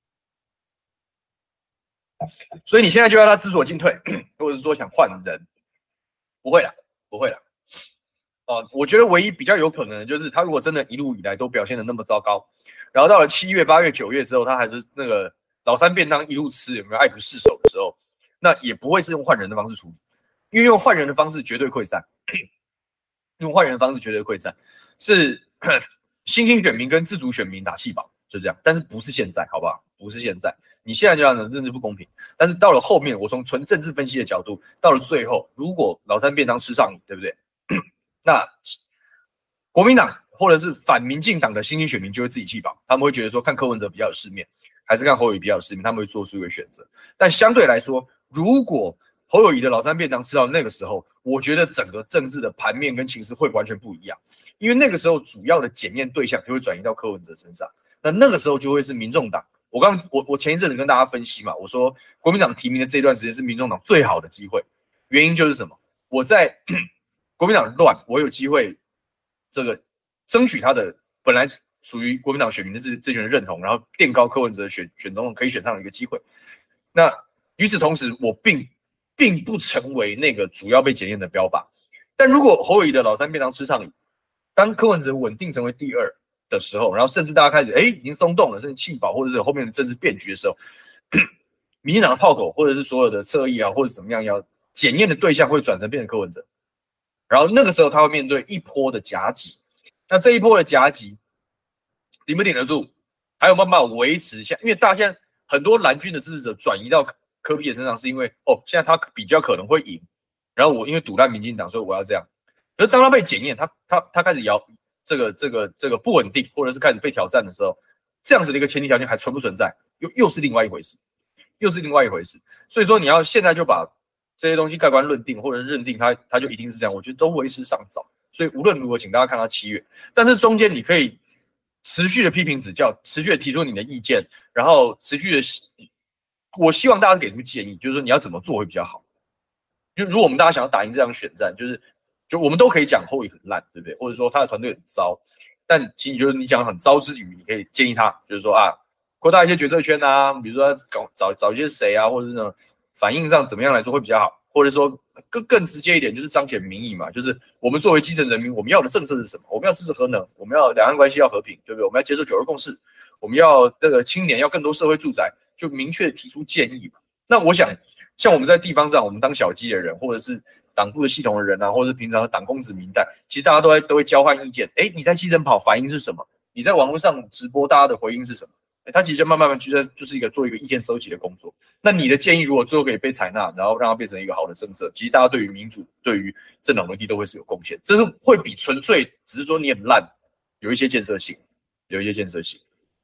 所以你现在就要他知所进退，或者是说想换人，不会啦，不会啦。哦，我觉得唯一比较有可能的就是他如果真的一路以来都表现的那么糟糕，然后到了七月、八月、九月之后，他还是那个老三便当一路吃，有没有爱不释手的时候，那也不会是用换人的方式处理，因为用换人的方式绝对溃散，用换人的方式绝对溃散，是新兴选民跟自主选民打气保，就这样。但是不是现在，好不好？不是现在，你现在这样的政治不公平。但是到了后面，我从纯政治分析的角度，到了最后，如果老三便当吃上瘾，对不对？那国民党或者是反民进党的新兴选民就会自己气保，他们会觉得说，看柯文哲比较有世面，还是看侯友宜比较有世面，他们会做出一个选择。但相对来说，如果侯友宜的老三便当吃到那个时候，我觉得整个政治的盘面跟情势会完全不一样，因为那个时候主要的检验对象就会转移到柯文哲身上，那那个时候就会是民众党。我刚我我前一阵子跟大家分析嘛，我说国民党提名的这段时间是民众党最好的机会，原因就是什么？我在国民党乱，我有机会这个争取他的本来属于国民党选民的这这群人认同，然后垫高柯文哲选选总统可以选上的一个机会。那与此同时，我并并不成为那个主要被检验的标靶。但如果侯友宜的老三便当吃上瘾，当柯文哲稳定成为第二的时候，然后甚至大家开始哎已经松动了，甚至弃保或者是后面的政治变局的时候，民进党的炮口或者是所有的侧翼啊，或者是怎么样，要检验的对象会转成变成柯文哲，然后那个时候他会面对一波的夹击。那这一波的夹击顶不顶得住，还有办法维持下？因为大家现在很多蓝军的支持者转移到柯 P 的身上，是因为哦现在他比较可能会赢，然后我因为赌烂民进党，所以我要这样。可是当他被检验，他他他开始摇这个这个这个不稳定，或者是开始被挑战的时候，这样子的一个前提条件还存不存在，又又是另外一回事，又是另外一回事。所以说你要现在就把这些东西盖棺论定，或者认定它它就一定是这样，我觉得都为时尚早。所以无论如何，请大家看到七月，但是中间你可以持续的批评指教，持续的提出你的意见，然后持续的，我希望大家给出建议，就是说你要怎么做会比较好。就如果我们大家想要打赢这场选战，就是就我们都可以讲侯友宜很烂，对不对？或者说他的团队很糟，但其实就是你讲很糟之余，你可以建议他，就是说啊，扩大一些决策圈啊，比如说找找找一些谁啊，或者是呢反应上怎么样来说会比较好，或者说更更直接一点，就是彰显民意嘛，就是我们作为基层人民，我们要的政策是什么？我们要支持核能，我们要两岸关系要和平，对不对？我们要接受九二共识，我们要这个青年要更多社会住宅，就明确提出建议嘛。那我想，像我们在地方上，我们当小鸡的人，或者是党部的系统的人啊，或者是平常的党公子民代，其实大家都会都会交换意见。哎，你在基层跑反应是什么？你在网络上直播，大家的回应是什么？他其实就慢慢慢就在就是一个做一个意见收集的工作。那你的建议如果最后可以被采纳，然后让它变成一个好的政策，其实大家对于民主、对于政党轮替都会是有贡献。这是会比纯粹只是说你很烂有一些建设性，有一些建设性。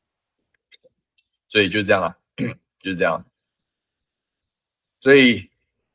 所以就是这样啊，就是这样。所以，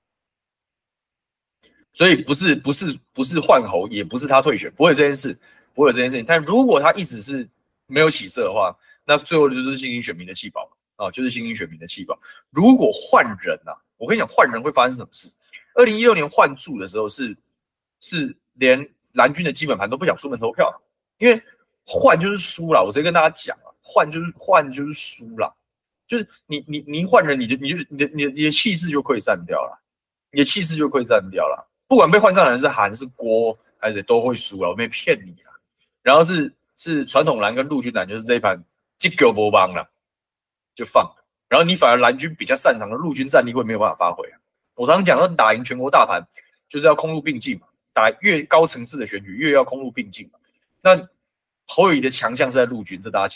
所以不是不是不是换侯，也不是他退选，不会有这件事，不会有这件事情。但如果他一直是没有起色的话，那最后就是新兴选民的弃保啊，就是新兴选民的弃保。如果换人啊，我跟你讲，换人会发生什么事？二零一六年换柱的时候是，是连蓝军的基本盘都不想出门投票，因为换就是输了。我直接跟大家讲啊，换就是换就是输了，就是你你你一换人，你就你就你的你的你的气势就溃散掉了，你的气势就溃散掉了。不管被换上的人是韩是郭还是谁，都会输了，我没骗你啦。然后是是传统蓝跟陆军蓝，就是这一盘。这狗不帮了，就放了。然后你反而蓝军比较擅长的陆军战力会没有办法发挥啊。我常常讲，要打赢全国大盘，就是要空陆并进嘛。打越高层次的选举，越要空陆并进嘛。那侯友宜的强项是在陆军，这大家其实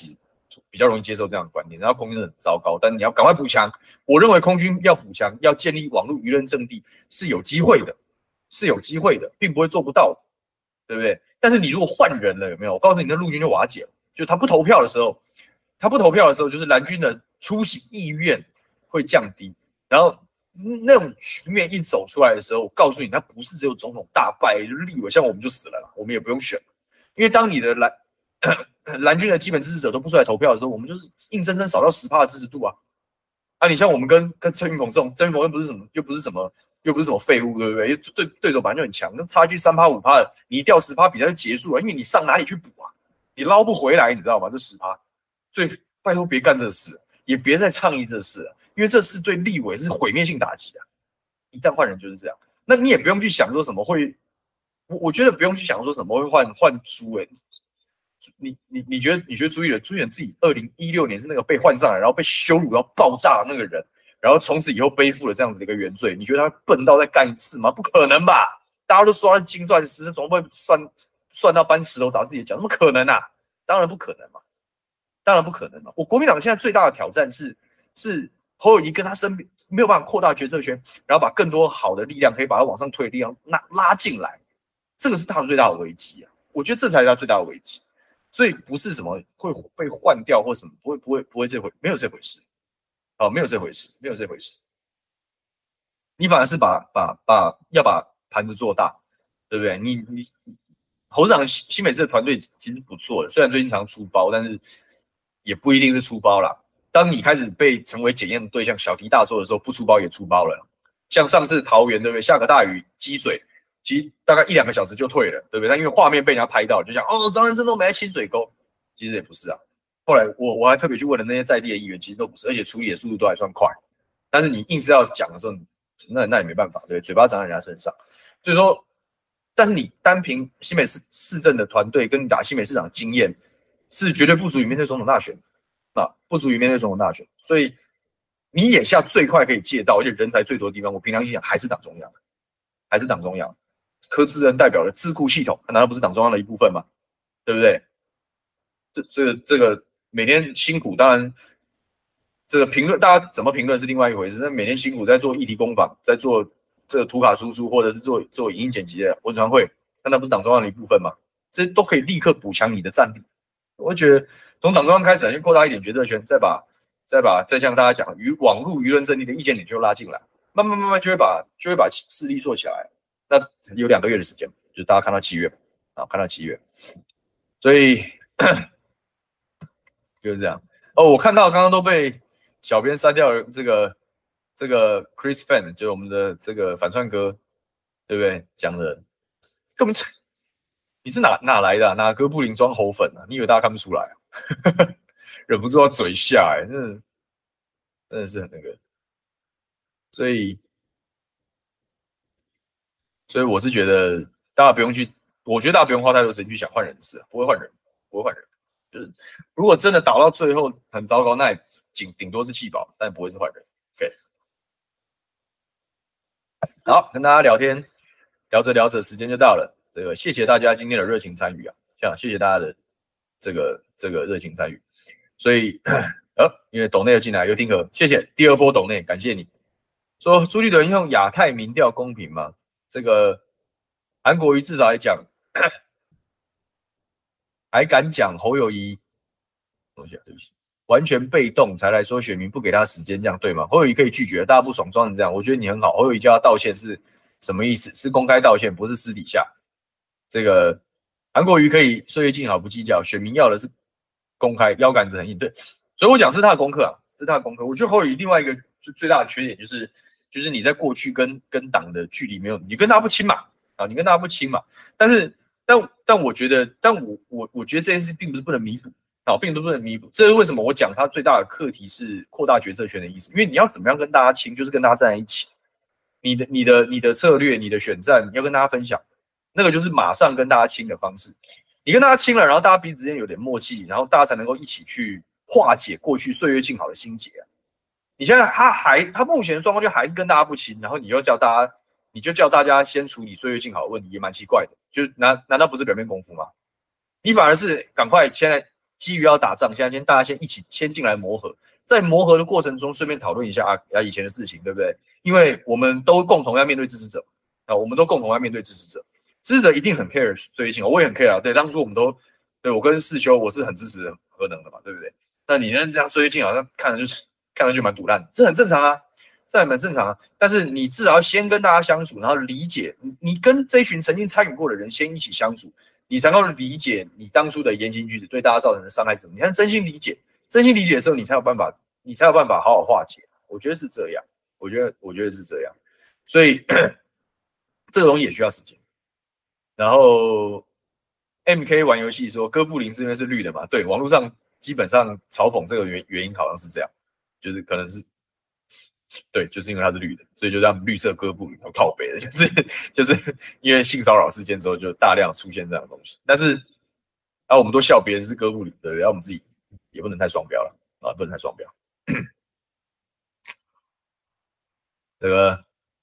比较容易接受这样的观念，然后空军很糟糕，但你要赶快补强。我认为空军要补强，要建立网络舆论阵地是有机会的，是有机会的，并不会做不到的，对不对？但是你如果换人了，有没有？我告诉你，那陆军就瓦解了。就他不投票的时候，他不投票的时候，就是蓝军的出席意愿会降低，然后那种局面一走出来的时候，我告诉你，他不是只有总统大败，就是立委，像我们就死了啦，我们也不用选，因为当你的蓝蓝军的基本支持者都不出来投票的时候，我们就是硬生生少到十趴的支持度啊！啊，你像我们跟跟郑云鹏这种，郑云鹏又不是什么，又不是什么，又不是什么废物，对不对？对对手本来就很强，那差距三趴五趴的，你一掉十趴，比赛就结束了，因为你上哪里去补啊？你捞不回来，你知道吗？这十趴，所以拜托别干这事，也别再倡议这事了，因为这事对立委是毁灭性打击啊！一旦换人就是这样，那你也不用去想说什么会，我我觉得不用去想说什么会换换朱诶。你你你觉得你觉得朱立伦朱立伦自己二零一六年是那个被换上来，然后被羞辱到爆炸的那个人，然后从此以后背负了这样子的一个原罪，你觉得他笨到再干一次吗？不可能吧！大家都说他是精算师，怎么会算算到搬石头砸自己的脚？怎么可能啊？当然不可能嘛，当然不可能嘛！我国民党现在最大的挑战是是侯友宜跟他身边没有办法扩大决策圈，然后把更多好的力量可以把他往上推的力量拉拉进来，这个是他最大的危机啊！我觉得这才是他最大的危机。所以不是什么会被换掉或什么，不会不会不会这回，没有这回事，好，没有这回事，没有这回事。你反而是把把把要把盘子做大，对不对？你你侯市长新北市的团队其实不错的，虽然最近常出包，但是也不一定是出包啦。当你开始被成为检验的对象，小题大做的时候，不出包也出包了。像上次桃园对不对？下个大雨积水。其实大概一两个小时就退了，对不对？但因为画面被人家拍到，就想哦，张善政都没在清水沟，其实也不是啊。后来我我还特别去问了那些在地的议员，其实都不是，而且处理的速度都还算快。但是你硬是要讲的时候，那那也没办法，对，嘴巴长在人家身上。所以说，但是你单凭新北市市政的团队跟你打新北市长的经验，是绝对不足以面对总统大选，啊，不足以面对总统大选。所以你眼下最快可以借到，而且人才最多的地方，我凭良心讲，还是党中央，还是党中央。柯志恩代表的智库系统，难道不是党中央的一部分吗？对不对？这这个这个每天辛苦，当然这个评论大家怎么评论是另外一回事。那每天辛苦在做议题攻防，在做这个图卡输出，或者是做做影音剪辑的文传会，难道不是党中央的一部分吗？这都可以立刻补强你的战力。我觉得从党中央开始，先扩大一点决策权，再把再把再像大家讲，与网络舆论阵地的意见领袖拉进来，慢慢慢慢就会把就会把势力做起来。那有两个月的时间，就是大家看到七月啊，看到七月，所以就是这样。哦，我看到刚刚都被小编删掉了这个这个 Chris Fan， 就是我们的这个反串哥，对不对？讲的根本你是哪哪来的、啊？哪哥布林装猴粉啊？你以为大家看不出来啊？忍不住要嘴下哎、欸，真的真的是很那个，所以。所以我是觉得大家不用去，我觉得大家不用花太多时间去想换人的事、啊，不会换人，不会换人。就是如果真的打到最后很糟糕，那也顶顶多是弃保，但不会是换人。OK， 好，跟大家聊天，聊着聊着时间就到了。这个谢谢大家今天的热情参与啊，像谢谢大家的这个这个热情参与。所以呃，因为抖内又进来又听和，谢谢第二波抖内，感谢你。说朱立伦用亚太民调公平吗？这个韩国瑜至少还讲，还敢讲侯友宜，对不起，完全被动才来说选民不给他时间，这样对吗？侯友宜可以拒绝，大家不爽装成这样，我觉得你很好。侯友宜叫他道歉是什么意思？是公开道歉，不是私底下。这个韩国瑜可以岁月静好不计较，选民要的是公开，腰杆子很硬，对。所以我讲是他的功课啊，是他的功课。我觉得侯友宜另外一个最大的缺点就是。就是你在过去跟跟党的距离没有，你跟他不亲嘛，啊，你跟他不亲嘛。但是，但但我觉得，但我我我觉得这件事并不是不能弥补，啊，并不是不能弥补。这是为什么我讲他最大的课题是扩大决策权的意思，因为你要怎么样跟大家亲，就是跟大家站在一起。你的你的你的策略，你的选战，你要跟大家分享，那个就是马上跟大家亲的方式。你跟大家亲了，然后大家彼此之间有点默契，然后大家才能够一起去化解过去岁月静好的心结啊。你现在他还他目前的状况就还是跟大家不亲，然后你又叫大家，你就叫大家先处理岁月静好的问题，也蛮奇怪的。就难难道不是表面功夫吗？你反而是赶快现在基于要打仗，现在先大家先一起先进来磨合，在磨合的过程中，顺便讨论一下啊啊以前的事情，对不对？因为我们都共同要面对支持者啊，我们都共同要面对支持者，支持者一定很 care 最近，我也很 care 啊。对，当初我们都对我跟世修，我是很支持核能的嘛，对不对？那你呢这样最近好像看着就是看着就蛮毒烂的，这很正常啊。这还蛮正常啊，但是你至少要先跟大家相处，然后理解你，你跟这一群曾经参与过的人先一起相处，你才能理解你当初的言行举止对大家造成的伤害是什么。你看真心理解，真心理解的时候，你才有办法，你才有办法好好化解。我觉得是这样，我觉得我觉得是这样，所以这个东西也需要时间。然后 M K 玩游戏说哥布林是因为是绿的嘛？对，网络上基本上嘲讽这个原原因好像是这样，就是可能是。对，就是因为它是绿的，所以就让绿色哥布林头靠北的，就是就是因为性骚扰事件之后，就大量出现这样的东西。但是啊，我们都笑别人是哥布林的，然后我们自己也不能太双标了啊，不能太双标。这个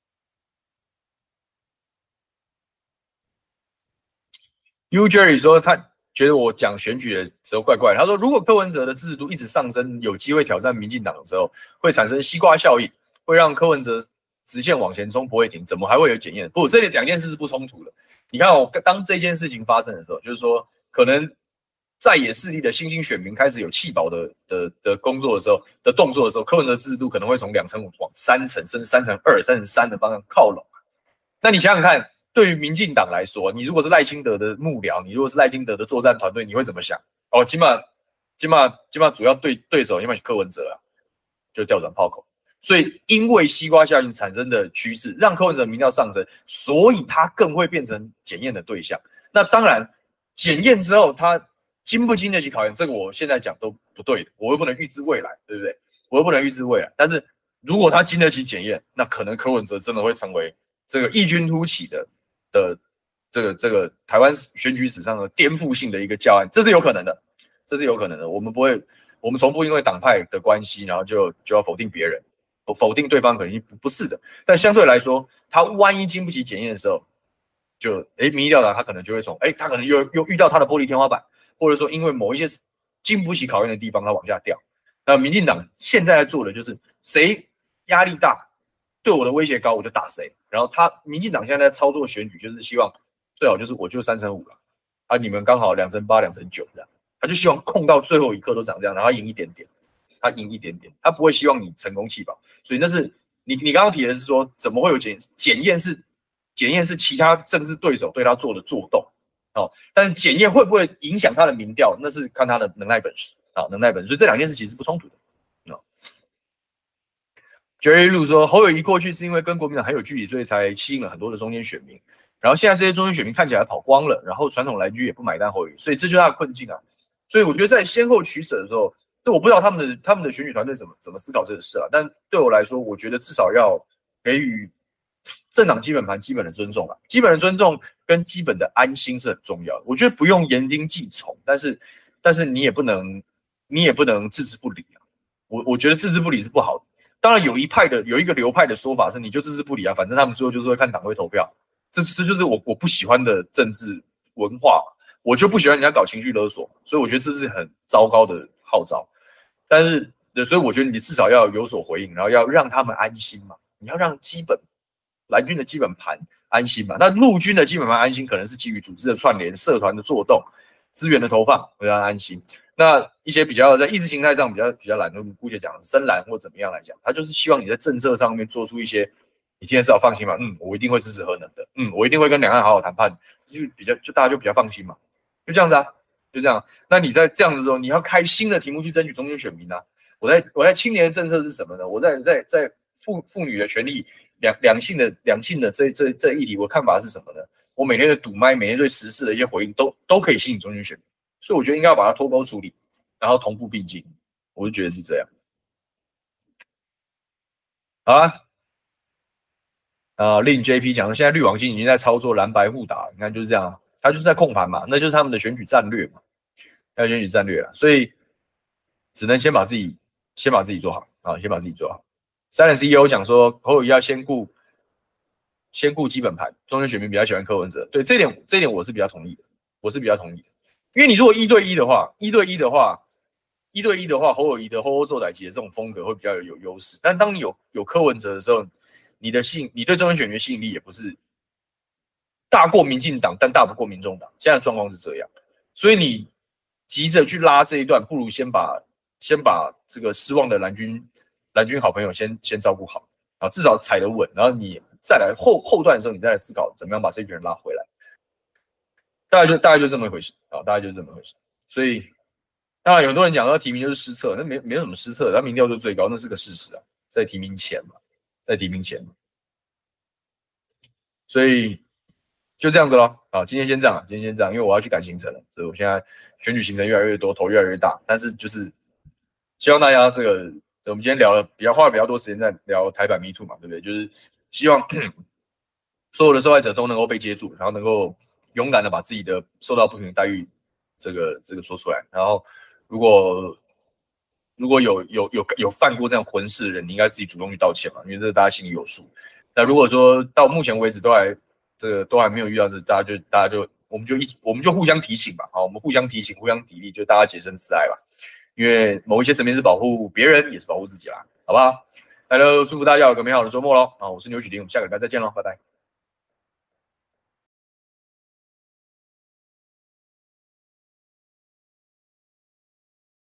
U Jerry 说他觉得我讲选举的时候怪怪的，他说如果柯文哲的支持度一直上升，有机会挑战民进党的时候，会产生西瓜效应。会让柯文哲直线往前冲不会停，怎么还会有检验？不，这两件事是不冲突的。你看哦，当这件事情发生的时候，就是说可能在野势力的新兴选民开始有弃保的的的工作的时候的动作的时候，柯文哲制度可能会从两成五往三成，甚至三成二、三成三的方向靠拢。那你想想看，对于民进党来说，你如果是赖清德的幕僚，你如果是赖清德的作战团队，你会怎么想？哦，起码起码起码主要对对手起码是柯文哲啊，就调转炮口。所以，因为西瓜效应产生的趋势，让柯文哲民调上升，所以他更会变成检验的对象。那当然，检验之后他经不经得起考验，这个我现在讲都不对的，我又不能预知未来，对不对？我又不能预知未来。但是如果他经得起检验，那可能柯文哲真的会成为这个异军突起的的这个这个台湾选举史上的颠覆性的一个教案，这是有可能的，这是有可能的。我们不会，我们从不因为党派的关系，然后就就要否定别人。否定对方可能不是的，但相对来说，他万一经不起检验的时候，就哎民意调查他可能就会从哎他可能又又遇到他的玻璃天花板，或者说因为某一些经不起考验的地方，他往下掉。那民进党现在在做的就是谁压力大，对我的威胁高，我就打谁。然后他民进党现在在操作选举，就是希望最好就是我就三成五了，啊你们刚好两成八、两成九这样，他就希望控到最后一刻都长这样，然后赢一点点。他赢一点点，他不会希望你成功弃保，所以那是你你刚刚提的是说，怎么会有检检验是检验是其他政治对手对他做的作动，哦，但是检验会不会影响他的民调，那是看他的能耐本事啊，能耐本事，所以这两件事其实是不冲突的。哦 Jerry Lu 说，侯友宜过去是因为跟国民党很有距离，所以才吸引了很多的中间选民，然后现在这些中间选民看起来跑光了，然后传统蓝军也不买单侯友宜，所以这就是他的困境啊。所以我觉得在先后取舍的时候。这我不知道他们的他们的选举团队怎么怎么思考这个事啊，但对我来说，我觉得至少要给予政党基本盘基本的尊重啊，基本的尊重跟基本的安心是很重要的。我觉得不用言听计从，但是但是你也不能你也不能置之不理啊。我我觉得置之不理是不好的。当然有一派的有一个流派的说法是，你就置之不理啊，反正他们最后就是会看党会投票，这这就是我我不喜欢的政治文化嘛，我就不喜欢人家搞情绪勒索，所以我觉得这是很糟糕的号召。但是，所以我觉得你至少要有所回应，然后要让他们安心嘛。你要让基本蓝军的基本盘安心嘛。那陆军的基本盘安心，可能是基于组织的串联、社团的作动、资源的投放，会让他安心。那一些比较在意识形态上比较比较懒，我们姑且讲深蓝或怎么样来讲，他就是希望你在政策上面做出一些，你今天至少放心嘛。嗯，我一定会支持核能的。嗯，我一定会跟两岸好好谈判，就比较就大家就比较放心嘛。就这样子啊。就这样，那你在这样子的时候，你要开新的题目去争取中间选民啊！我在我在青年的政策是什么呢？我在在在妇妇女的权利、两两性的两性的这这这议题，我看法是什么呢？我每天的堵麦，每天对时事的一些回应，都都可以吸引中间选民，所以我觉得应该要把它脱钩处理，然后同步并进，我就觉得是这样。好啊，啊，令 J P 讲，现在绿网金已经在操作蓝白互打，你看就是这样，他就是在控盘嘛，那就是他们的选举战略嘛。要选举战略了，所以只能先把自己先把自己做好啊，先把自己做好。三人 C E O 讲说，侯友宜要先顾先顾基本盘，中间选民比较喜欢柯文哲，对这一点这一点我是比较同意的，我是比较同意的。 因为你如果一对一的话，一对一的话，一对一的话，侯友宜的吼吼做代级的这种风格会比较有有优势。但当你有有柯文哲的时候，你的吸你对中间选民吸引力也不是大过民进党，但大不过民众党。现在的状况是这样，所以你急着去拉这一段，不如先把先把这个失望的蓝军蓝军好朋友先先照顾好啊，至少踩得稳，然后你再来后后段的时候，你再来思考怎么样把这群人拉回来。大概就大概就这么一回事啊，大概就这么一回事。所以当然有很多人讲到提名就是失策，那没没有什么失策，他民调就最高，那是个事实啊，在提名前嘛，在提名前嘛，所以就这样子咯。啊，今天先这样，今天先这样，因为我要去赶行程了，所以我现在选举行程越来越多，头越来越大，但是就是希望大家这个，我们今天聊了比较花了比较多时间在聊台版 Me Too 嘛，对不对？就是希望所有的受害者都能够被接住，然后能够勇敢的把自己的受到不平的待遇这个这个说出来，然后如果如果有有有有犯过这样混事的人，你应该自己主动去道歉嘛，因为这大家心里有数。那如果说到目前为止都还这个都还没有遇到这，大家就大家就我们就一我们就互相提醒吧，好，我们互相提醒，互相砥砺，就大家洁身自爱吧。因为某一些层面是保护别人，也是保护自己啦，好不好？那就祝福大家有个美好的周末喽！啊，我是牛许婷，我们下个礼拜再见喽，拜拜。